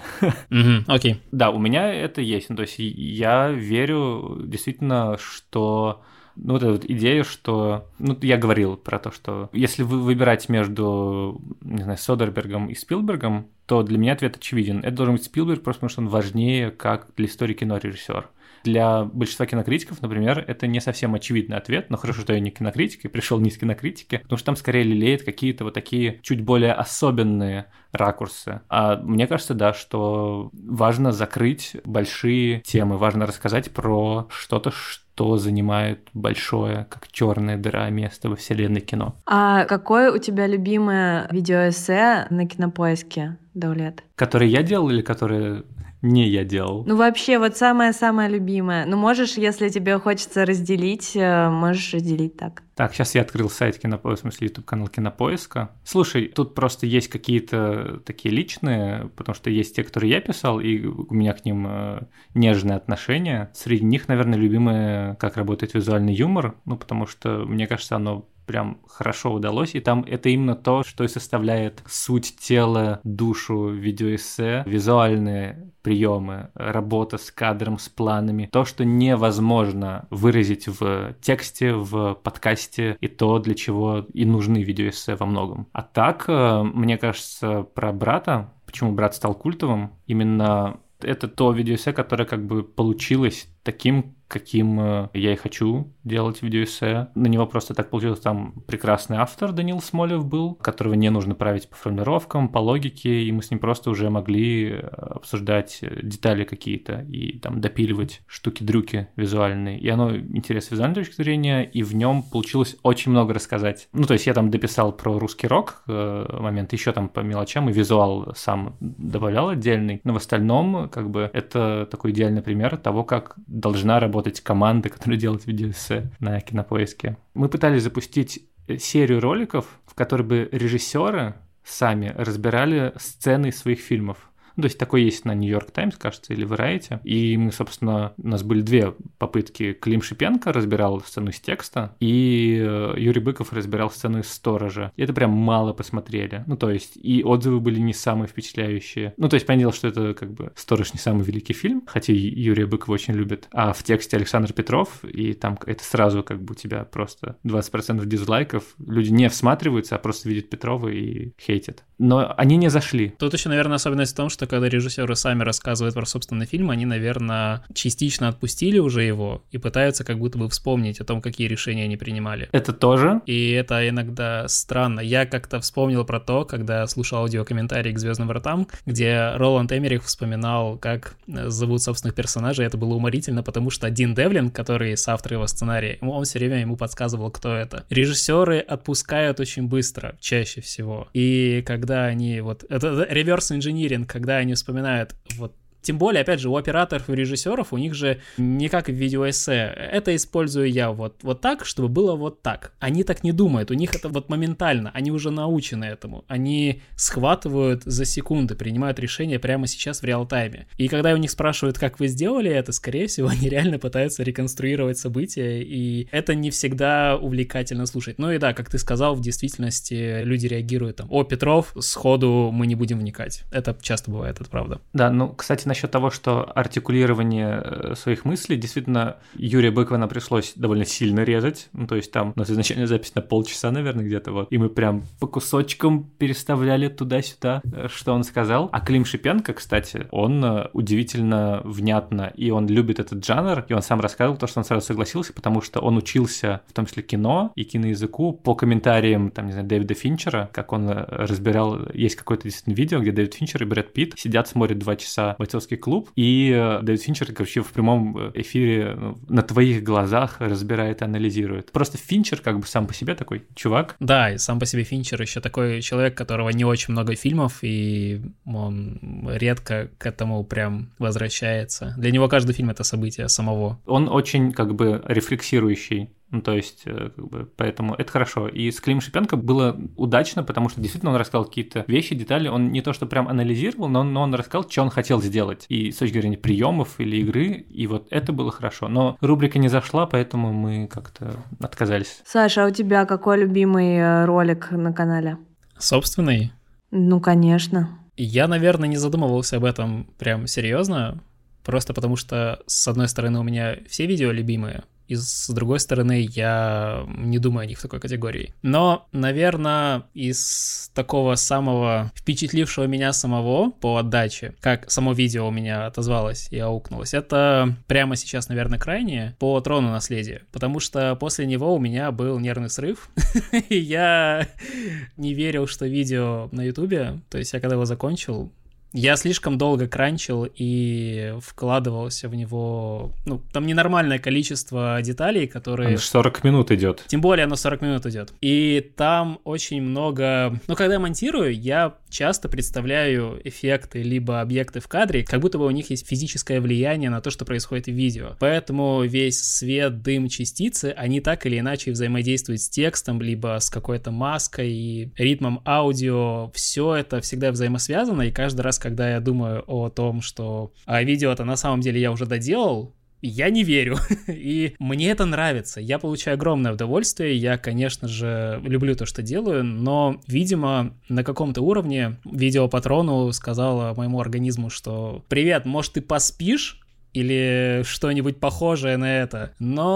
Окей. Да, у меня это есть. Ну, то есть я верю действительно, что... Ну, вот эта вот идея, что... Ну, я говорил про то, что если вы выбирать между, не знаю, Содербергом и Спилбергом, то для меня ответ очевиден. Это должен быть Спилберг, просто потому что он важнее как для истории кино режиссер. Для большинства кинокритиков, например, это не совсем очевидный ответ, но хорошо, что я не кинокритик и пришел не из кинокритики, потому что там скорее лелеет какие-то вот такие чуть более особенные ракурсы. А мне кажется, да, что важно закрыть большие темы, важно рассказать про что-то, что занимает большое, как черная дыра, место во вселенной кино. А какое у тебя любимое видеоэссе на Кинопоиске, Даулет? Которые я делал или которые не я делал? Ну, вообще, вот самое-самое любимое. Ну, можешь, если тебе хочется разделить, можешь разделить так. Так, сейчас я открыл сайт Кинопоиска, в смысле, YouTube-канал Кинопоиска. Слушай, тут просто есть какие-то такие личные, потому что есть те, которые я писал, и у меня к ним нежные отношения. Среди них, наверное, любимое, как работает визуальный юмор, ну, потому что, мне кажется, оно прям хорошо удалось, и там это именно то, что и составляет суть тела, душу видеоэссе, визуальные приемы, работа с кадром, с планами, то, что невозможно выразить в тексте, в подкасте, и то, для чего и нужны видеоэссе во многом. А так, мне кажется, про «Брата», почему «Брат» стал культовым, именно это то видеоэссе, которое как бы получилось таким, каким я и хочу делать видеоэссе. На него просто так получилось. Там прекрасный автор Даниил Смолев был, которого не нужно править по формулировкам, по логике, и мы с ним просто уже могли обсуждать детали какие-то и там допиливать штуки-дрюки визуальные. И оно интересно с визуальной точки зрения, и в нем получилось очень много рассказать. Ну, то есть я там дописал про русский рок момент, еще там по мелочам, и визуал сам добавлял отдельный, но в остальном как бы это такой идеальный пример того, как должна работать команда, которая делает видеоэссе на Кинопоиске. Мы пытались запустить серию роликов, в которой бы режиссеры сами разбирали сцены своих фильмов. Ну, то есть такой есть на Нью-Йорк Таймс, кажется, или Variety. И мы, собственно, у нас были две попытки. Клим Шипенко разбирал сцену из текста, и Юрий Быков разбирал сцену из «Сторожа». И это прям мало посмотрели. Ну, то есть и отзывы были не самые впечатляющие. Ну, то есть понятно, что это как бы «Сторож» не самый великий фильм, хотя Юрия Быкова очень любят. А в тексте Александр Петров, и там это сразу как бы у тебя просто 20% дизлайков. Люди не всматриваются, а просто видят Петрова и хейтят. Но они не зашли. Тут еще, наверное, особенность в том, что когда режиссеры сами рассказывают про собственный фильм, они, наверное, частично отпустили уже его и пытаются как будто бы вспомнить о том, какие решения они принимали. Это тоже. И это иногда странно. Я как-то вспомнил про то, когда слушал аудиокомментарий к «Звездным вратам», где Роланд Эммерих вспоминал, как зовут собственных персонажей. Это было уморительно, потому что Дин Девлин, который соавтор его сценария, он все время ему подсказывал, кто это. Режиссеры отпускают очень быстро, чаще всего. И когда они вот... Это реверс-инжиниринг, когда они вспоминают вот. Тем более, опять же, у операторов и режиссеров у них же не как в видеоэссе. Это использую я вот так, чтобы было вот так. Они так не думают, у них это вот моментально, они уже научены этому. Они схватывают за секунды, принимают решения прямо сейчас в реал-тайме. И когда у них спрашивают, как вы сделали это, скорее всего, они реально пытаются реконструировать события, и это не всегда увлекательно слушать. Ну и да, как ты сказал, в действительности люди реагируют там: «О, Петров, сходу мы не будем вникать». Это часто бывает, это правда. Да, ну, кстати, насчет того, что артикулирование своих мыслей, действительно, Юрия Быкова нам пришлось довольно сильно резать, ну, то есть там у нас изначально запись на полчаса, наверное, где-то вот, и мы прям по кусочкам переставляли туда-сюда, что он сказал. А Клим Шипенко, кстати, он удивительно внятно, и он любит этот жанр, и он сам рассказывал то, что он сразу согласился, потому что он учился, в том числе кино и киноязыку, по комментариям, там, не знаю, Дэвида Финчера, как он разбирал, есть какое-то действительно видео, где Дэвид Финчер и Брэд Питт сидят, смотрят 2 часа бойцовского бойцовский клуб, и Дэвид Финчер, короче, в прямом эфире на твоих глазах разбирает и анализирует. Просто Финчер как бы сам по себе такой чувак. Да, и сам по себе Финчер еще такой человек, у которого не очень много фильмов, и он редко к этому прям возвращается. Для него каждый фильм — это событие самого. Он очень как бы рефлексирующий. Ну, то есть, как бы, поэтому это хорошо. И с Климом Шипенко было удачно, потому что действительно он рассказал какие-то вещи, детали. Он не то что прям анализировал, но он рассказал, что он хотел сделать. И с точки зрения приемов или игры, и вот это было хорошо. Но рубрика не зашла, поэтому мы как-то отказались. Саша, а у тебя какой любимый ролик на канале? Собственный? Ну, конечно. Я, наверное, не задумывался об этом прям серьезно, просто потому что, с одной стороны, у меня все видео любимые, и с другой стороны, я не думаю о них в такой категории. Но, наверное, из такого самого впечатлившего меня самого по отдаче, как само видео у меня отозвалось и аукнулось, это прямо сейчас, наверное, крайнее по «Трону наследия», потому что после него у меня был нервный срыв, и я не верил, что видео на Ютубе, то есть я когда его закончил, я слишком долго кранчил и вкладывался в него, ну, там ненормальное количество деталей, которые... Он 40 минут идет. Тем более оно 40 минут идет. И там очень много... Ну, когда я монтирую, я часто представляю эффекты либо объекты в кадре, как будто бы у них есть физическое влияние на то, что происходит в видео. Поэтому весь свет, дым, частицы, они так или иначе взаимодействуют с текстом, либо с какой-то маской и ритмом аудио. Все это всегда взаимосвязано, и каждый раз, когда я думаю о том, что видео-то на самом деле я уже доделал, я не верю, и мне это нравится, я получаю огромное удовольствие, я, конечно же, люблю то, что делаю, но, видимо, на каком-то уровне видео по Трону сказала моему организму, что «Привет, может, ты поспишь?» или что-нибудь похожее на это.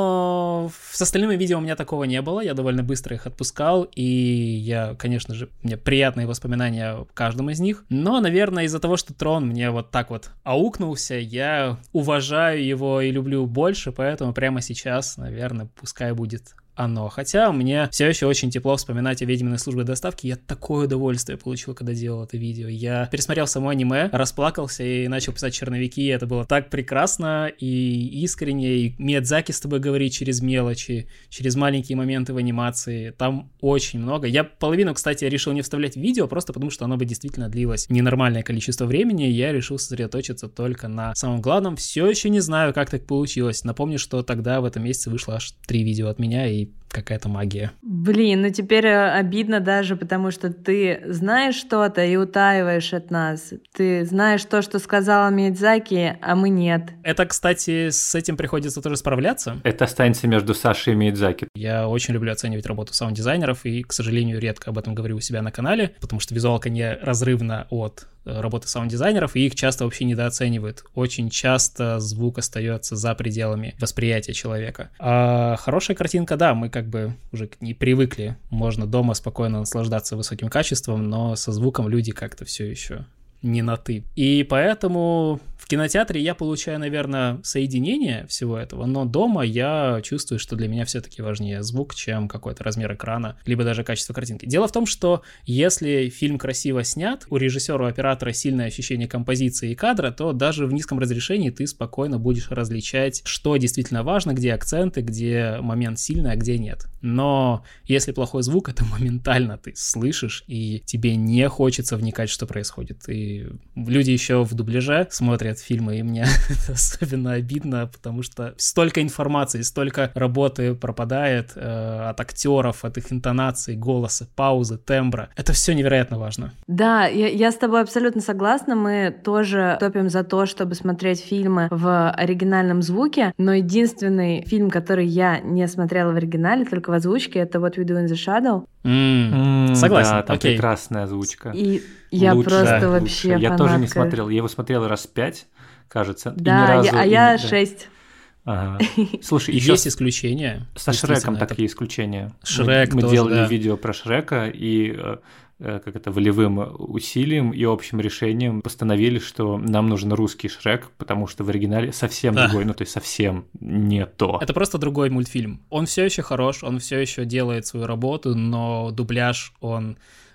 Но с остальными видео у меня такого не было, я довольно быстро их отпускал, и я, конечно же, мне приятные воспоминания о каждом из них. Но, наверное, из-за того, что Трон мне вот так вот аукнулся, я уважаю его и люблю больше, поэтому прямо сейчас, наверное, пускай будет оно. Хотя мне все еще очень тепло вспоминать о «Ведьминой службе доставки». Я такое удовольствие получил, когда делал это видео. Я пересмотрел само аниме, расплакался и начал писать черновики. Это было так прекрасно и искренне. И Миядзаки с тобой говорит через мелочи, через маленькие моменты в анимации. Там очень много. Я половину, кстати, решил не вставлять в видео, просто потому что оно бы действительно длилось ненормальное количество времени. Я решил сосредоточиться только на самом главном. Все еще не знаю, как так получилось. Напомню, что тогда в этом месяце вышло аж 3 видео от меня, и какая-то магия. Блин, ну теперь обидно даже, потому что ты знаешь что-то и утаиваешь от нас. Ты знаешь то, что сказала Миядзаки, а мы нет. Это, кстати, с этим приходится тоже справляться. Это останется между Сашей и Миядзаки. Я очень люблю оценивать работу саунд-дизайнеров и, к сожалению, редко об этом говорю у себя на канале, потому что визуалка неразрывна от работы саунд-дизайнеров, и их часто вообще недооценивают. Очень часто звук остается за пределами восприятия человека. А хорошая картинка, да, мы как бы уже не привыкли. Можно дома спокойно наслаждаться высоким качеством, но со звуком люди как-то все еще не на «ты». И поэтому в кинотеатре я получаю, наверное, соединение всего этого, но дома я чувствую, что для меня все-таки важнее звук, чем какой-то размер экрана, либо даже качество картинки. Дело в том, что если фильм красиво снят, у режиссера, у оператора сильное ощущение композиции и кадра, то даже в низком разрешении ты спокойно будешь различать, что действительно важно, где акценты, где момент сильный, а где нет. Но если плохой звук, это моментально ты слышишь, и тебе не хочется вникать, что происходит. И люди еще в дубляже смотрят фильмы, и мне это особенно обидно, потому что столько информации, столько работы пропадает от актеров, от их интонаций, голоса, паузы, тембра. Это все невероятно важно. Да, я с тобой абсолютно согласна. Мы тоже топим за то, чтобы смотреть фильмы в оригинальном звуке, но единственный фильм, который я не смотрела в оригинале, только в озвучке, это What We Do in the Shadow. Согласен, да, там окей. прекрасная озвучка. И я просто вообще Я фанатка. тоже не смотрел, я его смотрел раз 5, кажется. Да, я 6. Ага. Слушай, еще есть исключения. Со Шреком такие исключения. Шрек мы тоже, делали да. видео про Шрека, и как это, волевым усилием и общим решением постановили, что нам нужен русский Шрек, потому что в оригинале совсем другой, ну то есть совсем не то. Это просто другой мультфильм. Он все еще хорош, он все еще делает свою работу, но дубляж, он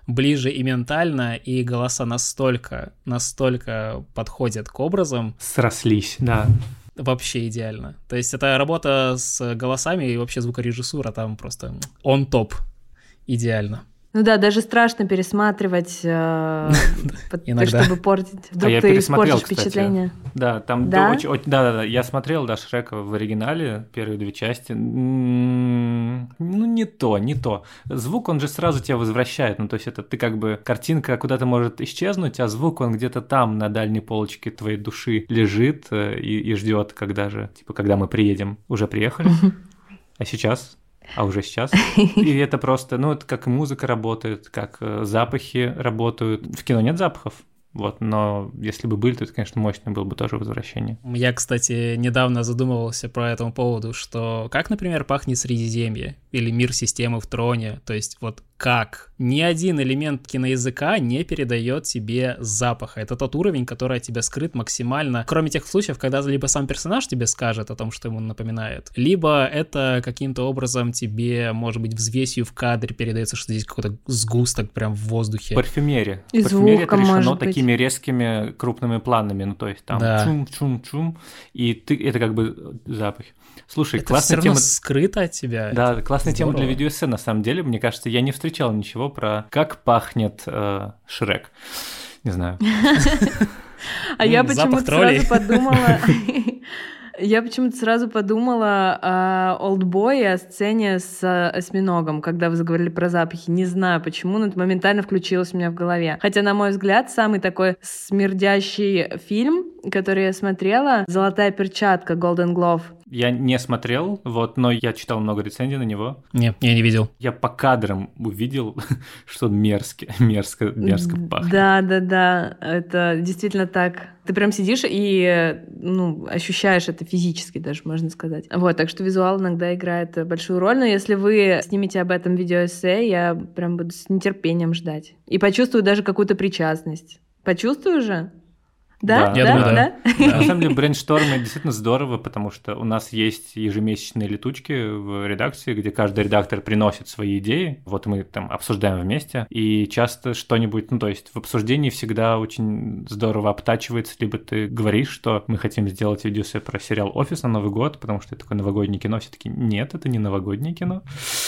ближе и ментально, и голоса настолько подходят к образам. Срослись, да. Вообще идеально. То есть это работа с голосами и вообще звукорежиссура там просто on top. Идеально. Ну да, даже страшно пересматривать, чтобы портить. Вдруг ты испортишь впечатление. Да, там да, я смотрел, да, Шрека в оригинале, первые 2 части. Ну, не то. Звук, он же сразу тебя возвращает. Ну, то есть это ты как бы, картинка куда-то может исчезнуть, а звук, он где-то там, на дальней полочке твоей души лежит и ждет, когда мы приедем. Уже приехали? А сейчас? А уже сейчас. И это просто, это как музыка работает, как запахи работают. В кино нет запахов, но если бы были, то это, конечно, мощное было бы тоже возвращение. Я, кстати, недавно задумывался по этому поводу, что как, например, пахнет Средиземье или мир системы в Троне, то есть как ни один элемент киноязыка не передает тебе запаха. Это тот уровень, который от тебя скрыт максимально, кроме тех случаев, когда либо сам персонаж тебе скажет о том, что ему напоминает, либо это каким-то образом тебе, может быть, взвесью в кадре передается, что здесь какой-то сгусток прям в воздухе. Парфюмерия. И Парфюмерия это решено быть. Такими резкими крупными планами, то есть там чум-чум-чум, и это как бы запах. Слушай, это классная все равно тема. скрыто от тебя. Да, классная тема для видеоэссе, на самом деле. Мне кажется, я не встречал ничего про как пахнет Шрек. Не знаю. А я почему-то сразу подумала... Я почему-то сразу подумала о «Олдбое», о сцене с осьминогом, когда вы заговорили про запахи. Не знаю почему, но это моментально включилось у меня в голове. Хотя, на мой взгляд, самый такой смердящий фильм, который я смотрела, «Золотая перчатка», «Golden Glove». Я не смотрел, но я читал много рецензий на него. Нет, я не видел. Я по кадрам увидел, что он мерзко пахнет. Да, это действительно так. Ты прям сидишь и ощущаешь это физически даже, можно сказать. Так что визуал иногда играет большую роль, но если вы снимете об этом видеоэссе, я прям буду с нетерпением ждать. И почувствую даже какую-то причастность. Почувствую же? Да? Я думаю, да. На самом деле, брейншторминг действительно здорово, потому что у нас есть ежемесячные летучки в редакции, где каждый редактор приносит свои идеи, мы там обсуждаем вместе, и часто что-нибудь, то есть в обсуждении всегда очень здорово обтачивается, либо ты говоришь, что мы хотим сделать видеоэссе про сериал «Офис» на Новый год, потому что это такое новогоднее кино, все таки нет, это не новогоднее кино.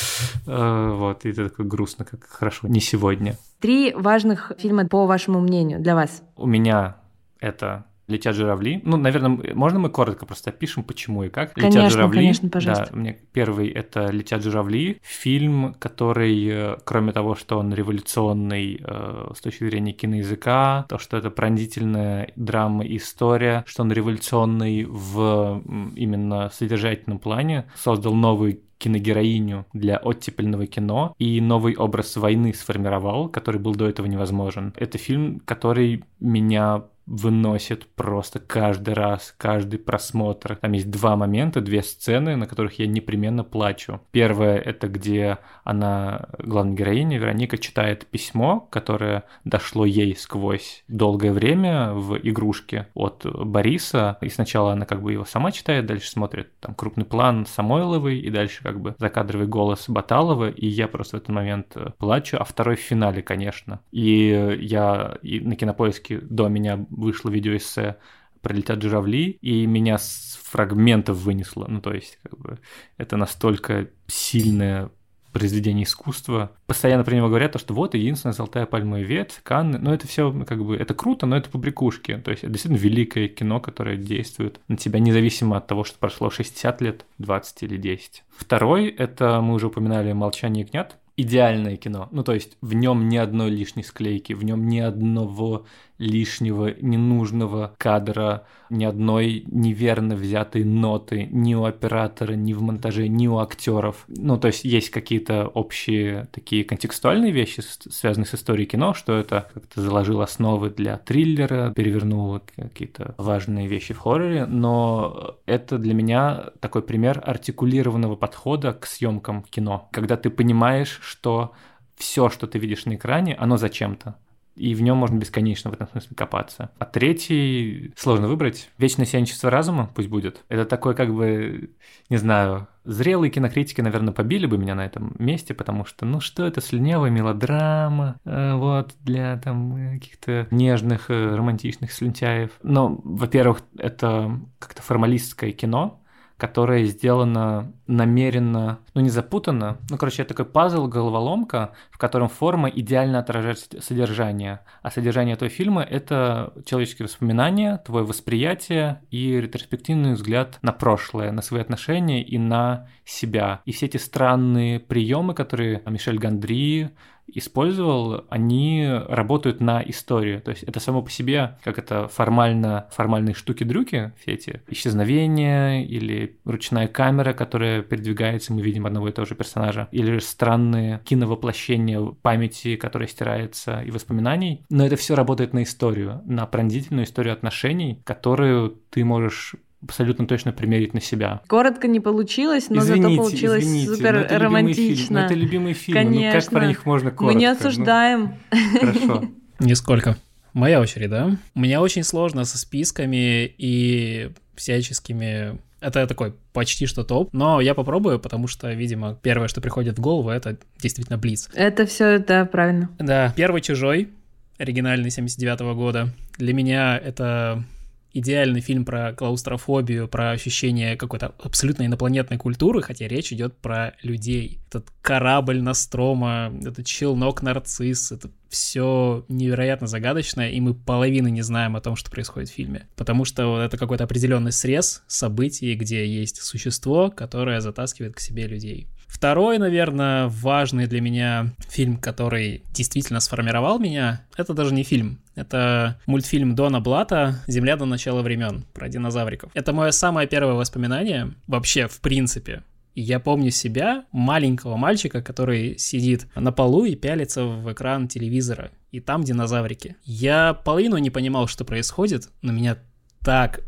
И это такое грустно, как хорошо, не сегодня. 3 важных фильма, по вашему мнению, для вас. У меня это «Летят журавли». Наверное, можно мы коротко просто опишем, почему и как? «Летят журавли». Конечно, пожалуйста. Да, первый — это «Летят журавли». Фильм, который, кроме того, что он революционный с точки зрения киноязыка, то, что это пронзительная драма и история, что он революционный в именно содержательном плане, создал новый киногероиню для оттепельного кино и новый образ войны сформировал, который был до этого невозможен. Это фильм, который меня выносит просто каждый раз, каждый просмотр. Там есть 2 момента, 2 сцены, на которых я непременно плачу. Первое — это где главная героиня, Вероника, читает письмо, которое дошло ей сквозь долгое время в игрушке от Бориса, и сначала она его сама читает, дальше смотрит там крупный план Самойловой, и дальше закадровый голос Баталова, и я просто в этот момент плачу, а второй в финале, конечно. И на Кинопоиске до меня вышло видеоэссе про «Летят журавли», и меня с фрагментов вынесло. То есть, это настолько сильное произведение искусства. Постоянно про него говорят, что единственная золотая пальмовая ветвь, Канны. Но это все это круто, но это побрякушки. То есть, это действительно великое кино, которое действует на тебя независимо от того, что прошло 60 лет, 20 или 10. Второй — это, мы уже упоминали, «Молчание ягнят». Идеальное кино. То есть в нем ни одной лишней склейки, в нем ни одного лишнего, ненужного кадра, ни одной неверно взятой ноты ни у оператора, ни в монтаже, ни у актеров. То есть есть какие-то общие такие контекстуальные вещи, связанные с историей кино, что это как-то заложило основы для триллера, перевернуло какие-то важные вещи в хорроре, но это для меня такой пример артикулированного подхода к съемкам кино, когда ты понимаешь, что все, что ты видишь на экране, оно зачем-то. и в нем можно бесконечно в этом смысле копаться. А третий сложно выбрать. «Вечное сиянчество разума» пусть будет. Это такой как бы, не знаю, зрелые кинокритики, наверное, побили бы меня на этом месте, потому что, ну что это, слюнявая мелодрама, вот, для там каких-то нежных, романтичных слюнтяев. Но, во-первых, это как-то формалистское кино, которое сделано намеренно, ну не запутанно, ну короче, это такой пазл, головоломка, в котором форма идеально отражает содержание. А содержание этого фильма — это человеческие воспоминания, твое восприятие и ретроспективный взгляд на прошлое, на свои отношения и на себя. И все эти странные приемы, которые Мишель Гондри использовал, они работают на историю. То есть это само по себе, как это формальные штуки-дрюки, все эти исчезновения или ручная камера, которая передвигается, мы видим одного и того же персонажа, или странные киновоплощения памяти, которая стирается, и воспоминаний. Но это все работает на историю, на пронзительную историю отношений, которую ты можешь абсолютно точно примерить на себя. Коротко не получилось, но зато получилось супер романтично. Это любимый фильм. Конечно. Ну как про них можно коротко? Мы не осуждаем. Хорошо. Нисколько. Моя очередь, да? У меня очень сложно со списками и всяческими... Это такой почти что топ, но я попробую, потому что, видимо, первое, что приходит в голову, это действительно Блиц. Это все, да, правильно. Да, первый «Чужой», оригинальный 79-го года. Для меня это идеальный фильм про клаустрофобию, про ощущение какой-то абсолютно инопланетной культуры, хотя речь идет про людей. Этот корабль Нострома, этот челнок Нарцисс, это все невероятно загадочно, и мы половины не знаем о том, что происходит в фильме. Потому что это какой-то определенный срез событий, где есть существо, которое затаскивает к себе людей. Второй, наверное, важный для меня фильм, который действительно сформировал меня, это даже не фильм. Это мультфильм Дона Блатта «Земля до начала времен» про динозавриков. Это мое самое первое воспоминание вообще, в принципе. И я помню себя, маленького мальчика, который сидит на полу и пялится в экран телевизора. И там динозаврики. Я половину не понимал, что происходит, но меня так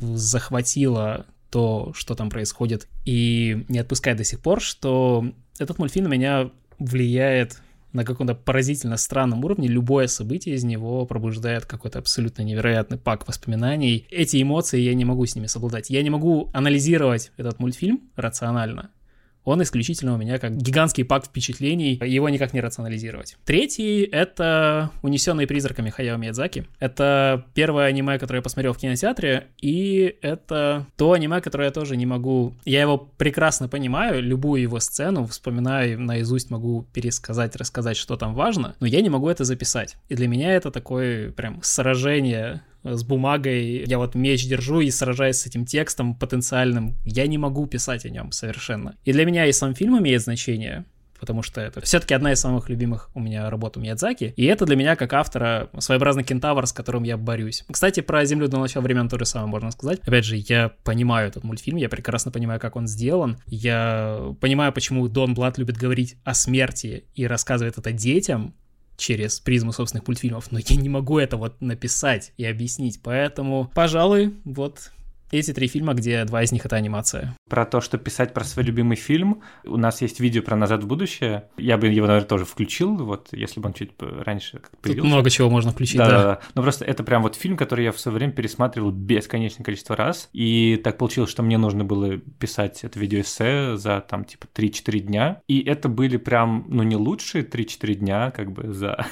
захватило то, что там происходит, и не отпускает до сих пор, что этот мультфильм на меня влияет на каком-то поразительно странном уровне. Любое событие из него пробуждает какой-то абсолютно невероятный пак воспоминаний. Эти эмоции, я не могу с ними совладать. Я не могу анализировать этот мультфильм рационально. Он исключительно у меня как гигантский пак впечатлений, его никак не рационализировать. Третий — это «Унесенные призраками» Хаяо Миядзаки. Это первое аниме, которое я посмотрел в кинотеатре, и это то аниме, которое я тоже не могу... Я его прекрасно понимаю, любую его сцену вспоминаю, наизусть могу пересказать, рассказать, что там важно, но я не могу это записать. И для меня это такое прям сражение с бумагой, я вот меч держу и сражаюсь с этим текстом потенциальным, я не могу писать о нем совершенно. И для меня и сам фильм имеет значение, потому что это все-таки одна из самых любимых у меня работ у Миядзаки, и это для меня как автора своеобразный кентавр, с которым я борюсь. Кстати, про «Землю до начала времен» то же самое можно сказать. Опять же, я понимаю этот мультфильм, я прекрасно понимаю, как он сделан, я понимаю, почему Дон Блатт любит говорить о смерти и рассказывает это детям, через призму собственных мультфильмов, но я не могу это вот написать и объяснить, поэтому, пожалуй, вот эти три фильма, где два из них — это анимация. Про то, что писать про свой любимый фильм, у нас есть видео про «Назад в будущее», я бы его, наверное, тоже включил, вот, если бы он чуть раньше появился. Тут много чего можно включить, да. Но просто это прям вот фильм, который я в свое время пересматривал бесконечное количество раз, и так получилось, что мне нужно было писать это видеоэссе за, там, типа, 3-4 дня, и это были прям, ну, не лучшие 3-4 дня, как бы, за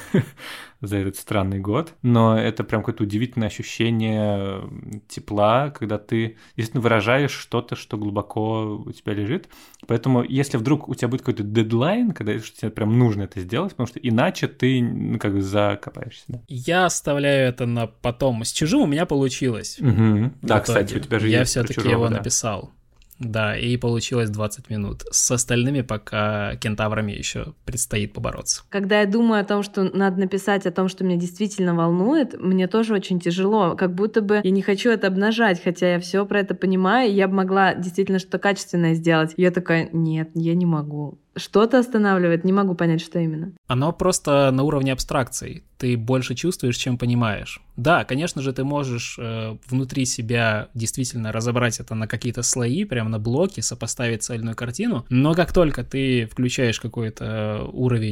этот странный год, но это прям какое-то удивительное ощущение тепла, когда ты действительно выражаешь что-то, что глубоко у тебя лежит. Поэтому если вдруг у тебя будет какой-то дедлайн, когда тебе прям нужно это сделать, потому что иначе ты, ну, как бы закопаешься. Да? Я оставляю это на потом. С «Чужим» у меня получилось. Угу. Да, кстати, у тебя же я есть все-таки его написал. Да, и получилось 20 минут. С остальными пока кентаврами еще предстоит побороться. Когда я думаю о том, что надо написать о том, что меня действительно волнует, мне тоже очень тяжело. Как будто бы я не хочу это обнажать, хотя я все про это понимаю, и я бы могла действительно что-то качественное сделать. Я такая: нет, я не могу. Что-то останавливает, не могу понять, что именно. Оно просто на уровне абстракций. Ты больше чувствуешь, чем понимаешь. Да, конечно же, ты можешь внутри себя действительно разобрать это на какие-то слои, прямо на блоки, сопоставить цельную картину, но как только ты включаешь какой-то уровень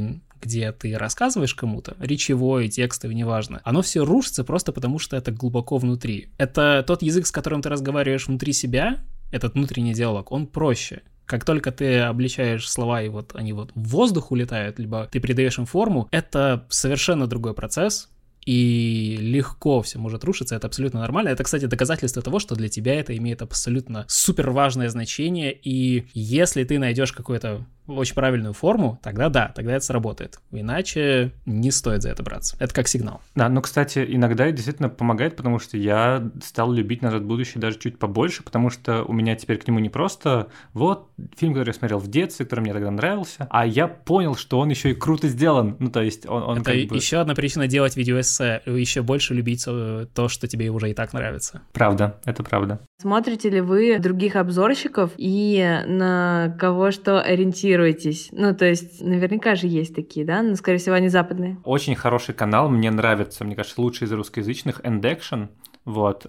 где ты рассказываешь кому-то, речевой, текстовый, неважно, оно все рушится просто потому, что это глубоко внутри. Это тот язык, с которым ты разговариваешь внутри себя, этот внутренний диалог, он проще. Как только ты обличаешь слова, и вот они вот в воздух улетают, либо ты придаешь им форму, это совершенно другой процесс, и легко все может рушиться, это абсолютно нормально. Это, кстати, доказательство того, что для тебя это имеет абсолютно супер важное значение, и если ты найдешь какую-то очень правильную форму, тогда да, тогда это сработает. Иначе не стоит за это браться. Это как сигнал. Да, но, кстати, иногда это действительно помогает, потому что я стал любить «Назад в будущее» даже чуть побольше, потому что у меня теперь к нему не просто вот фильм, который я смотрел в детстве, который мне тогда нравился, а я понял, что он еще и круто сделан. Ну, то есть он это как бы... еще одна причина делать видеоэссе, еще больше любить то, что тебе уже и так нравится. Правда, это правда. Смотрите ли вы других обзорщиков и на кого что ориентируетесь? Ну, то есть, наверняка же есть такие, да? Но, скорее всего, они западные. Очень хороший канал, мне нравится, мне кажется, лучший из русскоязычных, End Action. Вот.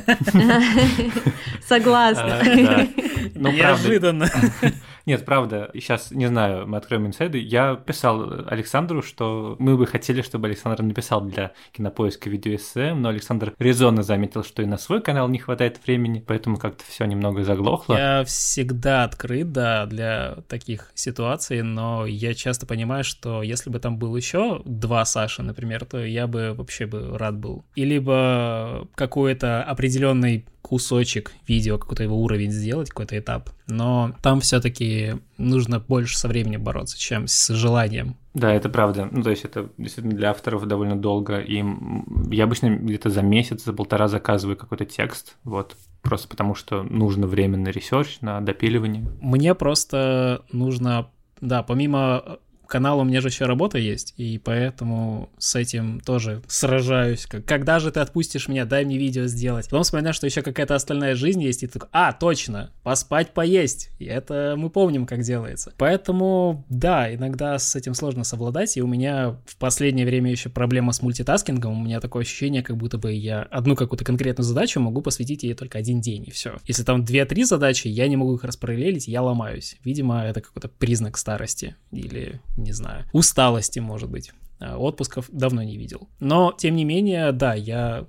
Согласна. Неожиданно. Нет, правда, сейчас, не знаю, мы откроем инсайды. Я писал Александру, что мы бы хотели, чтобы Александр написал для Кинопоиска видеоэссе, но Александр резонно заметил, что и на свой канал не хватает времени, поэтому как-то все немного заглохло. Я всегда открыт, да, для таких ситуаций, но я часто понимаю, что если бы там был еще 2 Саши, например, то я бы вообще бы рад был. И либо какой-то определенный кусочек видео, какой-то его уровень сделать, какой-то этап, но там все-таки нужно больше со временем бороться, чем с желанием. Да, это правда. Ну, то есть это действительно для авторов довольно долго, и я обычно где-то за месяц, за полтора заказываю какой-то текст, вот, просто потому что нужно время на ресерч, на допиливание. Мне просто нужно, да, помимо канала у меня же еще работа есть, и поэтому с этим тоже сражаюсь. Когда же ты отпустишь меня, дай мне видео сделать. Потом вспоминаю, что еще какая-то остальная жизнь есть, и ты такой, точно, поспать, поесть. И это мы помним, как делается. Поэтому, да, иногда с этим сложно совладать, и у меня в последнее время еще проблема с мультитаскингом. У меня такое ощущение, как будто бы я одну какую-то конкретную задачу могу посвятить ей только один день, и все. Если там 2-3 задачи, я не могу их распараллелить, я ломаюсь. Видимо, это какой-то признак старости или... не знаю, усталости, может быть. Отпусков давно не видел. Но, тем не менее, да, я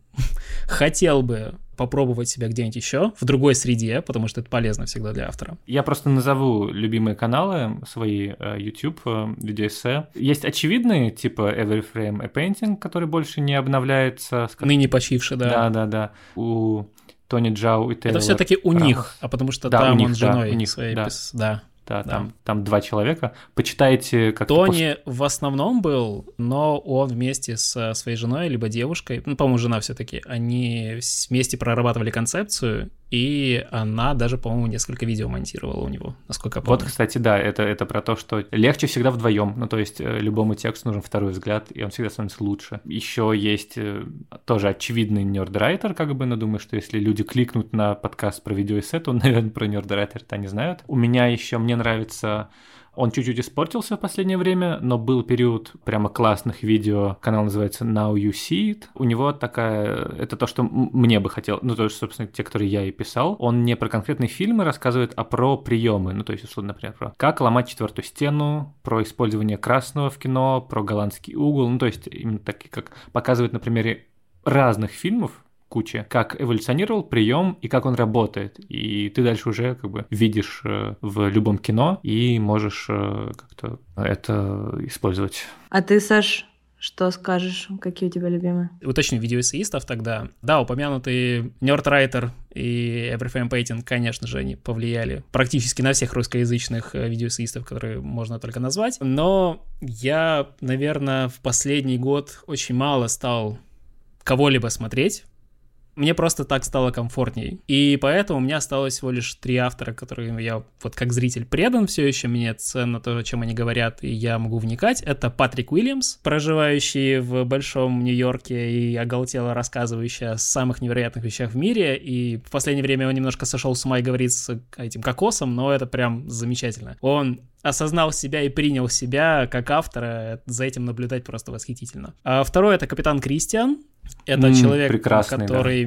хотел бы попробовать себя где-нибудь еще, в другой среде, потому что это полезно всегда для автора. Я просто назову любимые каналы свои, YouTube, видеоэссе. Есть очевидные, типа Every Frame a Painting, который больше не обновляется. Ныне почивший, да. Да. У Тони Джау и Тейлор. Это все-таки у них, а потому что да, там них, он с женой. Да, у них, своей да. Да, там 2 человека. Почитайте как-то... Тони в основном был, но он вместе со своей женой, либо девушкой, по-моему, жена все-таки, они вместе прорабатывали концепцию, и она даже, по-моему, несколько видео монтировала у него, насколько я помню. Вот, кстати, да, это про то, что легче всегда вдвоем. Ну, то есть любому тексту нужен второй взгляд, и он всегда становится лучше. Еще есть тоже очевидный нердрайтер, как бы, но думаю, что если люди кликнут на подкаст про видеоэссе, то, наверное, про нердрайтер-то не знают. У меня еще, мне нравится... Он чуть-чуть испортился в последнее время, но был период прямо классных видео. Канал называется Now You See It. У него такая... Это то, что мне бы хотел... Ну, то есть, собственно, те, которые я и писал. Он не про конкретные фильмы рассказывает, а про приемы. Ну, то есть, условно, например, про как ломать 4-ю стену, про использование красного в кино, про голландский угол. Ну, то есть, именно такие, как показывает на примере разных фильмов, куча, как эволюционировал прием и как он работает. И ты дальше уже как бы видишь в любом кино и можешь как-то это использовать. А ты, Саш, что скажешь? Какие у тебя любимые? Уточню видеоэссеистов тогда. Да, упомянутые Nerdwriter и Every Frame Painting, конечно же, они повлияли практически на всех русскоязычных видеоэссеистов, которые можно только назвать. Но я, наверное, в последний год очень мало стал кого-либо смотреть. Мне просто так стало комфортней. И поэтому у меня осталось всего лишь 3 автора, которым я вот как зритель предан все еще, мне ценно то, о чем они говорят, и я могу вникать. Это Патрик Уильямс, проживающий в большом Нью-Йорке и оголтело рассказывающий о самых невероятных вещах в мире. И в последнее время он немножко сошел с ума и говорит с этим кокосом, но это прям замечательно. Он осознал себя и принял себя как автора, за этим наблюдать просто восхитительно. А второй — это Капитан Кристиан. Это человек, который...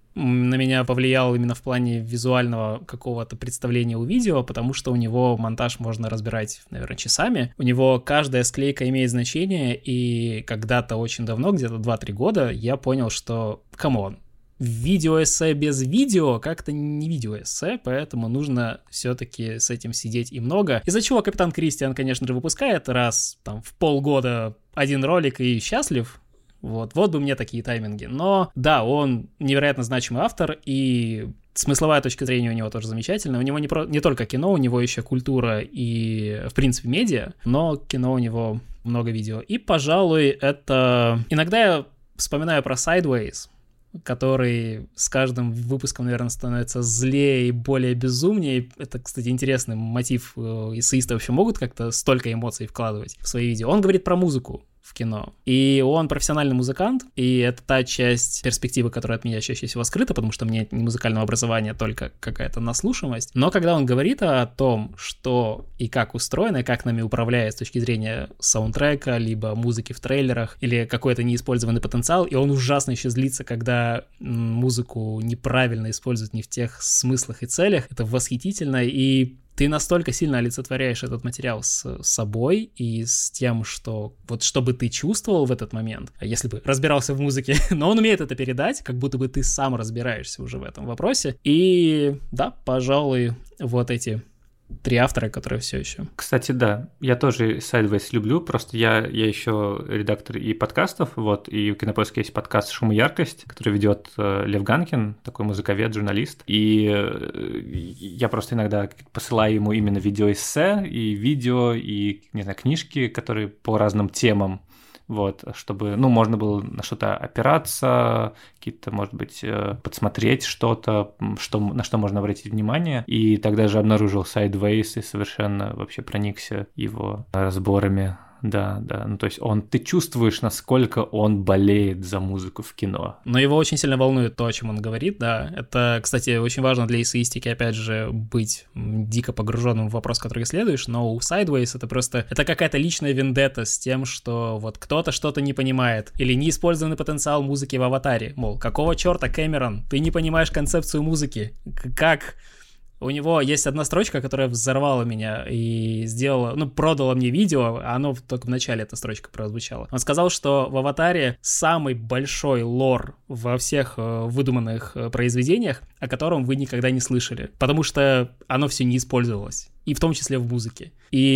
на меня повлиял именно в плане визуального какого-то представления у видео, потому что у него монтаж можно разбирать, наверное, часами. У него каждая склейка имеет значение, и когда-то очень давно, где-то 2-3 года, я понял, что, камон, видеоэссе без видео как-то не видеоэссе, поэтому нужно все-таки с этим сидеть и много. Из-за чего Капитан Кристиан, конечно же, выпускает раз там в полгода один ролик и счастлив. Вот бы мне такие тайминги. Но да, он невероятно значимый автор, и смысловая точка зрения у него тоже замечательная. У него не только кино, у него еще культура и, в принципе, медиа, но кино у него много видео. И, пожалуй, это... Иногда я вспоминаю про Sideways, который с каждым выпуском, наверное, становится злее и более безумнее. Это, кстати, интересный мотив. Эссеисты вообще могут как-то столько эмоций вкладывать в свои видео. Он говорит про музыку в кино. И он профессиональный музыкант, и это та часть перспективы, которая от меня чаще всего скрыта, потому что у меня не музыкального образования, только какая-то наслушанность. Но когда он говорит о том, что и как устроено, и как нами управляет с точки зрения саундтрека, либо музыки в трейлерах, или какой-то неиспользованный потенциал, и он ужасно еще злится, когда музыку неправильно используют не в тех смыслах и целях, это восхитительно, и ты настолько сильно олицетворяешь этот материал с собой и с тем, что вот что бы ты чувствовал в этот момент, если бы разбирался в музыке, но он умеет это передать, как будто бы ты сам разбираешься уже в этом вопросе. И да, пожалуй, вот эти 3 автора, которые все еще. Кстати, да, я тоже Sideways люблю, просто я еще редактор и подкастов, вот, и в Кинопоиске есть подкаст «Шум и яркость», который ведет Лев Ганкин, такой музыковед, журналист, и я просто иногда посылаю ему именно видеоэссе, и видео, и, не знаю, книжки, которые по разным темам, вот, чтобы, можно было на что-то опираться, какие-то, может быть, подсмотреть что-то, на что можно обратить внимание. И тогда же обнаружил Sideways и совершенно вообще проникся его разборами. Да, то есть ты чувствуешь, насколько он болеет за музыку в кино. Но его очень сильно волнует то, о чем он говорит, да. Это, кстати, очень важно для эссеистики, опять же, быть дико погруженным в вопрос, который исследуешь, но у Sideways это какая-то личная вендетта с тем, что вот кто-то что-то не понимает, или неиспользованный потенциал музыки в «Аватаре». Мол, какого черта, Кэмерон, ты не понимаешь концепцию музыки? Как... У него есть одна строчка, которая взорвала меня и продала мне видео, а оно только в начале эта строчка прозвучала. Он сказал, что в «Аватаре» самый большой лор во всех выдуманных произведениях, о котором вы никогда не слышали, потому что оно все не использовалось. И в том числе в музыке.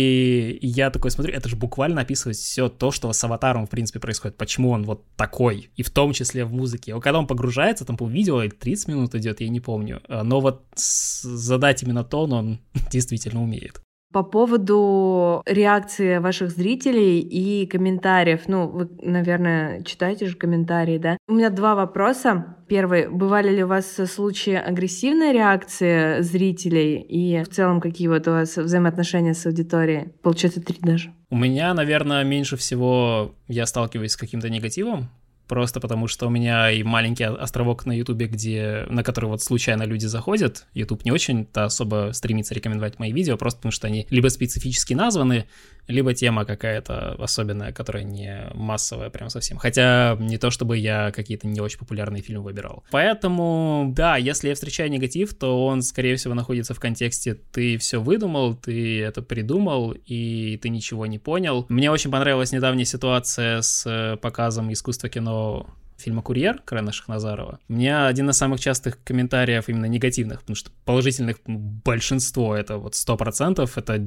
И я такой смотрю, это же буквально описывает все то, что с «Аватаром» в принципе происходит, почему он вот такой, и в том числе в музыке. Когда он погружается, там по видео 30 минут идет, я не помню, но вот задать именно тон он действительно умеет. По поводу реакции ваших зрителей и комментариев. Вы, наверное, читаете же комментарии, да? У меня 2 вопроса. Первый. Бывали ли у вас случаи агрессивной реакции зрителей? И в целом, какие вот у вас взаимоотношения с аудиторией? Получается, 3 даже. У меня, наверное, меньше всего я сталкиваюсь с каким-то негативом. Просто потому, что у меня и маленький островок на Ютубе, на который вот случайно люди заходят. Ютуб не очень-то особо стремится рекомендовать мои видео, просто потому что они либо специфически названы, либо тема какая-то особенная, которая не массовая прям совсем. Хотя не то, чтобы я какие-то не очень популярные фильмы выбирал. Поэтому, да, если я встречаю негатив, то он, скорее всего, находится в контексте «ты все выдумал, ты это придумал, и ты ничего не понял». Мне очень понравилась недавняя ситуация с показом искусства кино фильма «Курьер» Карена Шахназарова. У меня один из самых частых комментариев именно негативных, потому что положительных большинство, это вот 100%, это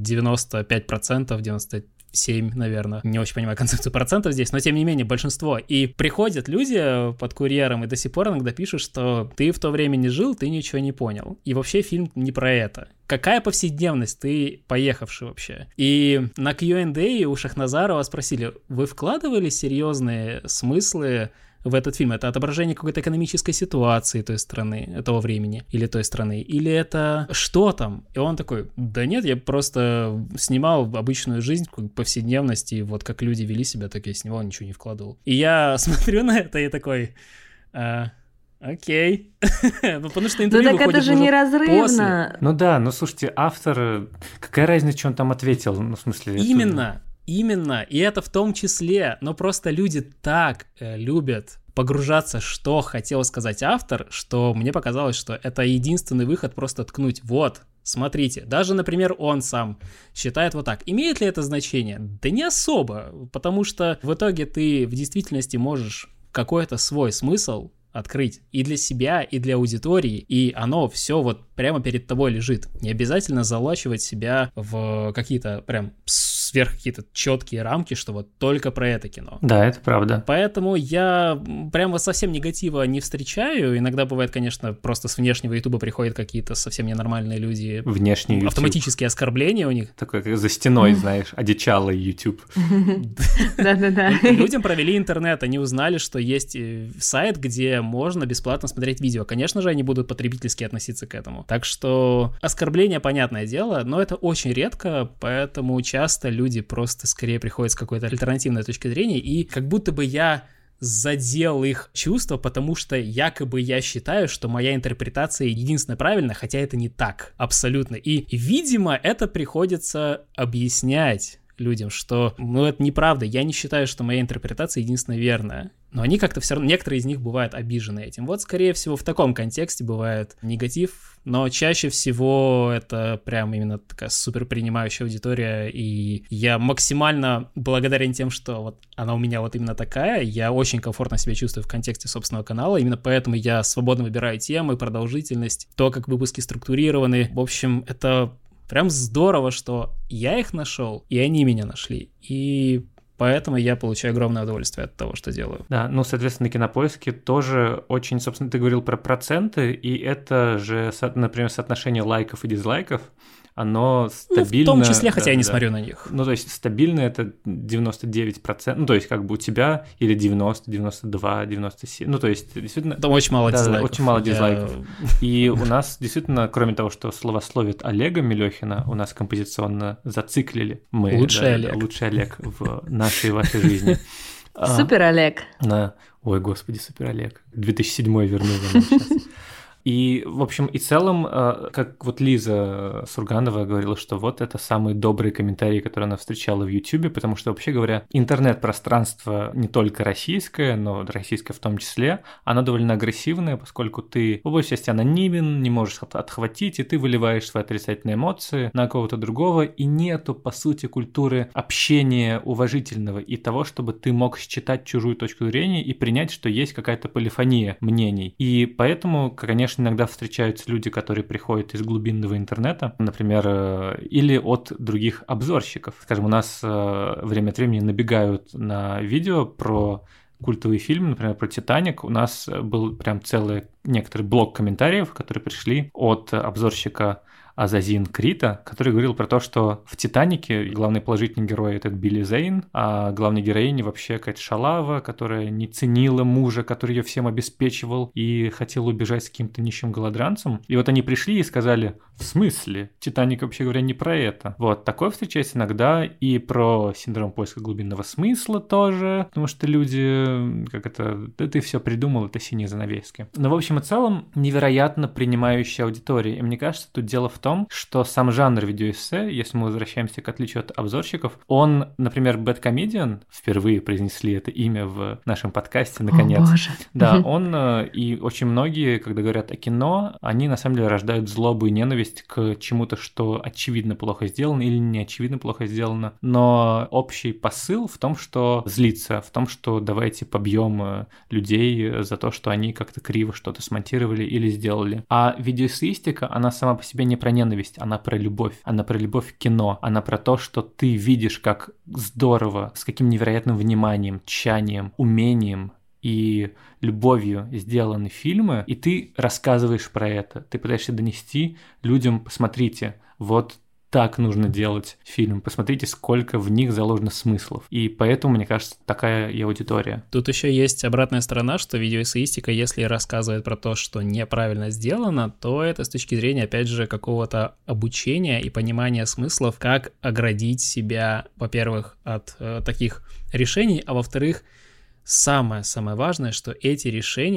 95%, 97%, наверное. Не очень понимаю концепцию процентов здесь, но тем не менее большинство. И приходят люди под «Курьером» и до сих пор иногда пишут, что ты в то время не жил, ты ничего не понял. И вообще фильм не про это. Какая повседневность, ты поехавший вообще? И на Q&A у Шахназарова спросили, вы вкладывали серьезные смыслы в этот фильм? Это отображение какой-то экономической ситуации той страны, того времени, или той страны, или это что там? И он такой, да нет, я просто снимал обычную жизнь, повседневность, и вот как люди вели себя, так я снимал, ничего не вкладывал. И я смотрю на это и такой... Окей. Потому что интервью так это же неразрывно. После. Слушайте, автор... Какая разница, что он там ответил? В смысле... Именно. И это в том числе. Но просто люди так любят погружаться, что хотел сказать автор, что мне показалось, что это единственный выход просто ткнуть. Вот, смотрите, даже, например, он сам считает вот так. Имеет ли это значение? Да не особо, потому что в итоге ты в действительности можешь какой-то свой смысл открыть и для себя, и для аудитории, и оно все вот прямо перед тобой лежит. Не обязательно залачивать себя в какие-то прям сверх какие-то четкие рамки, что вот только про это кино. Да, это правда. Поэтому я прямо совсем негатива не встречаю. Иногда бывает, конечно, просто с внешнего Ютуба приходят какие-то совсем ненормальные люди. Внешний YouTube. Автоматические оскорбления у них. Такой, как за стеной, знаешь, одичалый YouTube. Да-да-да. Людям провели интернет, они узнали, что есть сайт, где можно бесплатно смотреть видео. Конечно же, они будут потребительски относиться к этому. Так что оскорбление, понятное дело, но это очень редко, поэтому часто люди просто скорее приходят с какой-то альтернативной точки зрения, и как будто бы я задел их чувства, потому что якобы я считаю, что моя интерпретация единственная правильная, хотя это не так, абсолютно. И, видимо, это приходится объяснять людям, что, это неправда, я не считаю, что моя интерпретация единственная верная. Но они как-то все равно, некоторые из них бывают обижены этим. Вот, скорее всего, в таком контексте бывает негатив, но чаще всего это прям именно такая супер принимающая аудитория, и я максимально благодарен тем, что вот она у меня вот именно такая, я очень комфортно себя чувствую в контексте собственного канала, именно поэтому я свободно выбираю темы, продолжительность, то, как выпуски структурированы. В общем, это прям здорово, что я их нашел, и они меня нашли, и поэтому я получаю огромное удовольствие от того, что делаю. Да, соответственно, на Кинопоиске тоже очень, собственно, ты говорил про проценты, и это же, например, соотношение лайков и дизлайков, оно стабильно... в том числе, хотя я не смотрю на них. То есть стабильно это 99%, то есть как бы у тебя или 90, 92, 97, то есть действительно... Там очень мало дизлайков. Да, очень мало дизлайков. И у нас действительно, кроме того, что словословит Олега Мелехина, у нас композиционно зациклили мы. Лучший Олег. Лучший Олег в нашей и вашей жизни. Супер Олег. Ой, господи, супер Олег. 2007 вернули нас сейчас. И, в общем, и целом, как вот Лиза Сурганова говорила, что вот это самые добрые комментарии, которые она встречала в Ютубе, потому что, вообще говоря, интернет-пространство не только российское, но российское в том числе, оно довольно агрессивное, поскольку ты, по большей части, анонимен, не можешь отхватить, и ты выливаешь свои отрицательные эмоции на кого-то другого, и нету, по сути, культуры общения уважительного и того, чтобы ты мог считать чужую точку зрения и принять, что есть какая-то полифония мнений. И поэтому, конечно, иногда встречаются люди, которые приходят из глубинного интернета, например, или от других обзорщиков. Скажем, у нас время от времени набегают на видео про культовый фильм, например, про «Титаник». У нас был прям целый некоторый блок комментариев, которые пришли от обзорщика Азазин Крита, который говорил про то, что в «Титанике» главный положительный герой — это Билли Зейн, а главной героиня вообще какая-то шалава, которая не ценила мужа, который ее всем обеспечивал и хотел убежать с каким-то нищим голодранцем. И вот они пришли и сказали: в смысле? «Титаник», вообще говоря, не про это. Вот, такое встречается иногда, и про синдром поиска глубинного смысла тоже, потому что люди, да ты все придумал, это синие занавески. Но в общем и целом невероятно принимающая аудитория. И мне кажется, тут дело в том, что сам жанр видеоэссе, если мы возвращаемся к отличию от обзорщиков, он, например, Bad впервые произнесли это имя в нашем подкасте, наконец. О, боже. Да, он и очень многие, когда говорят о кино, они на самом деле рождают злобу и ненависть к чему-то, что очевидно плохо сделано или не очевидно плохо сделано. Но общий посыл в том, что злиться, в том, что давайте побьем людей за то, что они как-то криво что-то смонтировали или сделали. А видеоэссеистика, она сама по себе не про ненависть, она про любовь к кино, она про то, что ты видишь, как здорово, с каким невероятным вниманием, тщанием, умением и любовью сделаны фильмы, и ты рассказываешь про это, ты пытаешься донести людям: посмотрите, вот так нужно делать фильм, посмотрите, сколько в них заложено смыслов. И поэтому, мне кажется, такая и аудитория. Тут еще есть обратная сторона, что видеоэссеистика, если рассказывает про то, что неправильно сделано, то это с точки зрения, опять же, какого-то обучения и понимания смыслов, как оградить себя, во-первых, от таких решений, а во-вторых, самое-самое важное, что эти решения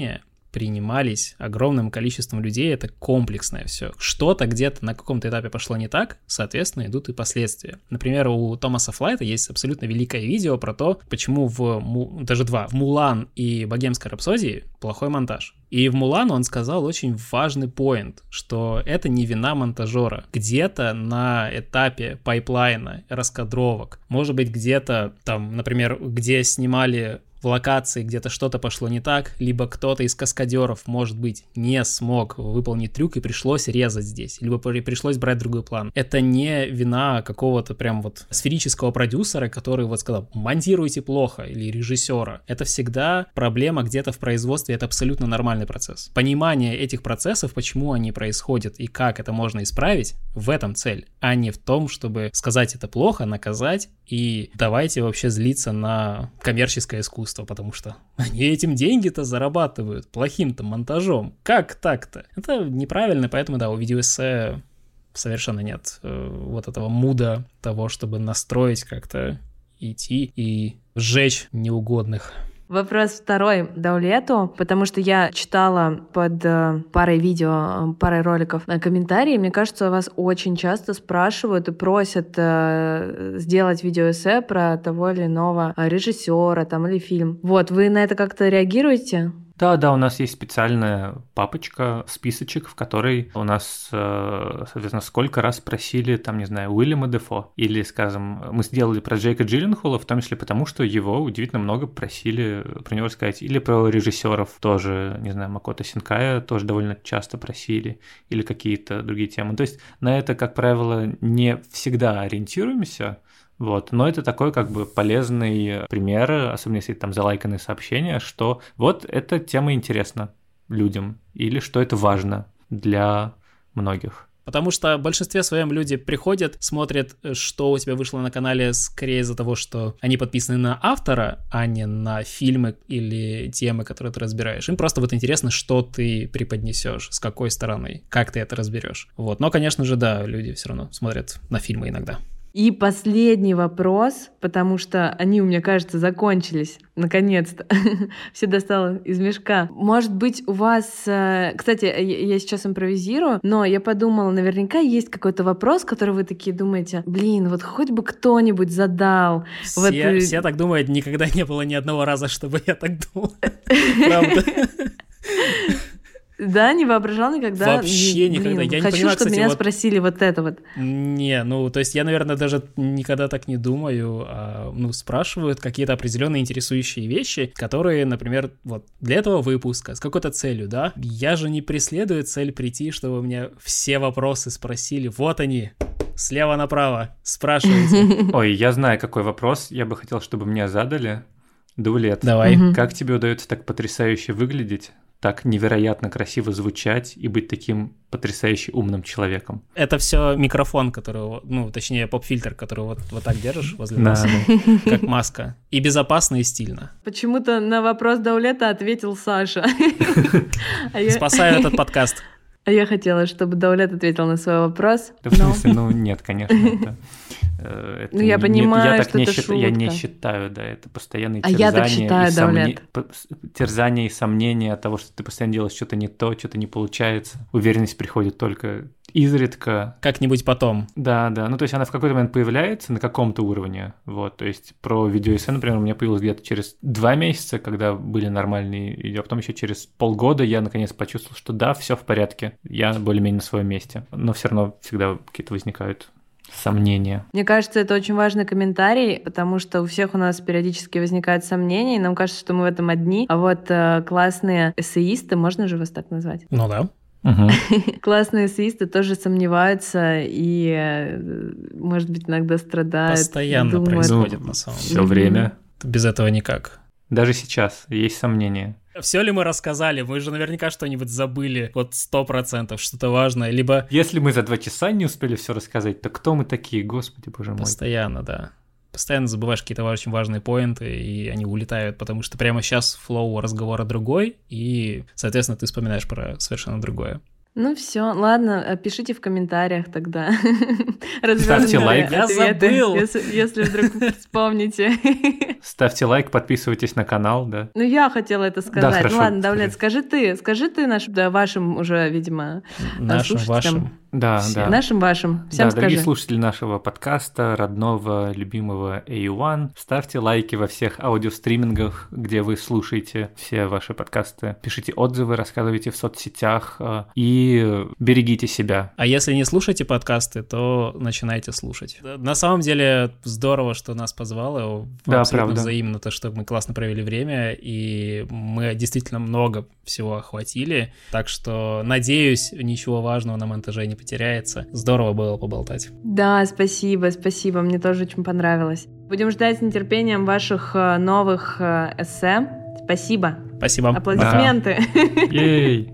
принимались огромным количеством людей, это комплексное все. Что-то где-то на каком-то этапе пошло не так, соответственно, идут и последствия. Например, у Томаса Флайта есть абсолютно великое видео про то, почему даже два, в «Мулан» и «Богемской рапсодии» плохой монтаж. И в «Мулан» он сказал очень важный поинт, что это не вина монтажера. Где-то на этапе пайплайна, раскадровок, может быть, где-то там, например, где снимали в локации где-то что-то пошло не так, либо кто-то из каскадеров, может быть, не смог выполнить трюк и пришлось резать здесь, либо пришлось брать другой план. Это не вина какого-то прям вот сферического продюсера, который вот сказал, монтируйте плохо, или режиссера. Это всегда проблема где-то в производстве, это абсолютно нормальный процесс. Понимание этих процессов, почему они происходят и как это можно исправить, в этом цель, а не в том, чтобы сказать это плохо, наказать и давайте вообще злиться на коммерческое искусство, потому что они этим деньги-то зарабатывают, плохим-то монтажом. Как так-то? Это неправильно, поэтому, да, у видеоэссе совершенно нет вот этого муда того, чтобы настроить как-то, идти и сжечь неугодных. Вопрос второй Даулету, потому что я читала под парой видео, парой роликов на комментарии. Мне кажется, вас очень часто спрашивают и просят сделать видеоэссе про того или иного режиссера там, или фильм. Вот, вы на это как-то реагируете? Да, у нас есть специальная папочка, списочек, в которой у нас, соответственно, сколько раз просили, там, не знаю, Уильяма Дефо. Или, скажем, мы сделали про Джейка Джилленхола, в том числе потому, что его удивительно много просили про него рассказать. Или про режиссеров тоже, не знаю, Макото Синкая тоже довольно часто просили. Или какие-то другие темы. То есть на это, как правило, не всегда ориентируемся. Вот. Но это такой как бы полезный пример, особенно если там залайканные сообщения, что вот эта тема интересна людям или что это важно для многих. Потому что в большинстве своем люди приходят, смотрят, что у тебя вышло на канале, скорее из-за того, что они подписаны на автора, а не на фильмы или темы, которые ты разбираешь. Им просто вот интересно, что ты преподнесешь, с какой стороны, как ты это разберешь. Вот. Но, конечно же, да, люди все равно смотрят на фильмы иногда. И последний вопрос, потому что они, мне кажется, закончились, наконец-то. Все достало из мешка. Может быть, у вас... Кстати, я сейчас импровизирую, но я подумала, наверняка есть какой-то вопрос, который вы такие думаете, блин, вот хоть бы кто-нибудь задал. Все так думают, никогда не было ни одного раза, чтобы я так думал. Правда. Да, не воображал никогда. Вообще никогда. Я не хочу, понимаю, чтобы кстати, меня спросили вот это вот. Не, ну, то есть я, наверное, даже никогда так не думаю. Спрашивают какие-то определенные интересующие вещи, которые, например, вот для этого выпуска, с какой-то целью, да? Я же не преследую цель прийти, чтобы у меня все вопросы спросили. Вот они, слева направо, спрашивайте. Ой, я знаю, какой вопрос я бы хотел, чтобы мне задали. Даулет, давай. Как тебе удается так потрясающе выглядеть, так невероятно красиво звучать и быть таким потрясающе умным человеком? Это все микрофон, который, точнее, поп-фильтр, который вот так держишь возле носа, как маска. И безопасно, и стильно. Почему-то на вопрос Даулета ответил Саша. Спасаю этот подкаст. А я хотела, чтобы Даулет ответил на свой вопрос. Да, в смысле, нет, конечно. Я понимаю, что это шутка. Я не считаю, да, это постоянные я так считаю, терзания и сомнения от того, что ты постоянно делаешь что-то не то, что-то не получается. Уверенность приходит только изредка. Как-нибудь потом. Да, ну то есть она в какой-то момент появляется на каком-то уровне, вот, то есть про видеоэссе, например, у меня появилось где-то через 2 месяца, когда были нормальные видео, а потом еще через полгода я наконец почувствовал, что да, все в порядке, я более-менее на своем месте, но все равно всегда какие-то возникают сомнения. Мне кажется, это очень важный комментарий, потому что у всех у нас периодически возникают сомнения, и нам кажется, что мы в этом одни, а вот классные эссеисты, можно же вас так назвать? Ну да. Классные эссеисты тоже сомневаются и, может быть, иногда страдают. Постоянно происходит на самом деле. Все время. Без этого никак. Даже сейчас есть сомнения. Все ли мы рассказали? Мы же наверняка что-нибудь забыли. Вот 100%, что-то важное. Либо... Если мы за 2 часа не успели все рассказать, то кто мы такие, господи, боже мой. Постоянно, да. Постоянно забываешь какие-то очень важные поинты, и они улетают, потому что прямо сейчас флоу разговора другой, и, соответственно, ты вспоминаешь про совершенно другое. Ну все, ладно, пишите в комментариях тогда. Ставьте лайк. Я забыл. Если вдруг вспомните. Ставьте лайк, подписывайтесь на канал, да. Ну, я хотела это сказать. Да, хорошо. Ну ладно, Давлет, скажи ты вашим уже, видимо, Нашим, слушателям. вашим. Да, Всем. да. Нашим, вашим. Всем Да, скажи. дорогие слушатели нашего подкаста, родного, любимого A1, ставьте лайки во всех аудиостримингах, где вы слушаете все ваши подкасты. Пишите отзывы, рассказывайте в соцсетях и берегите себя. А если не слушаете подкасты, то начинайте слушать. На самом деле здорово, что нас позвало. Да, абсолютно правда. взаимно, то, что мы классно провели время, и мы действительно много всего охватили. Так что, надеюсь, ничего важного на монтаже не потеряется. Здорово было поболтать. Да, спасибо, мне тоже очень понравилось. Будем ждать с нетерпением ваших новых эссе. Спасибо. Спасибо. Аплодисменты. Ей!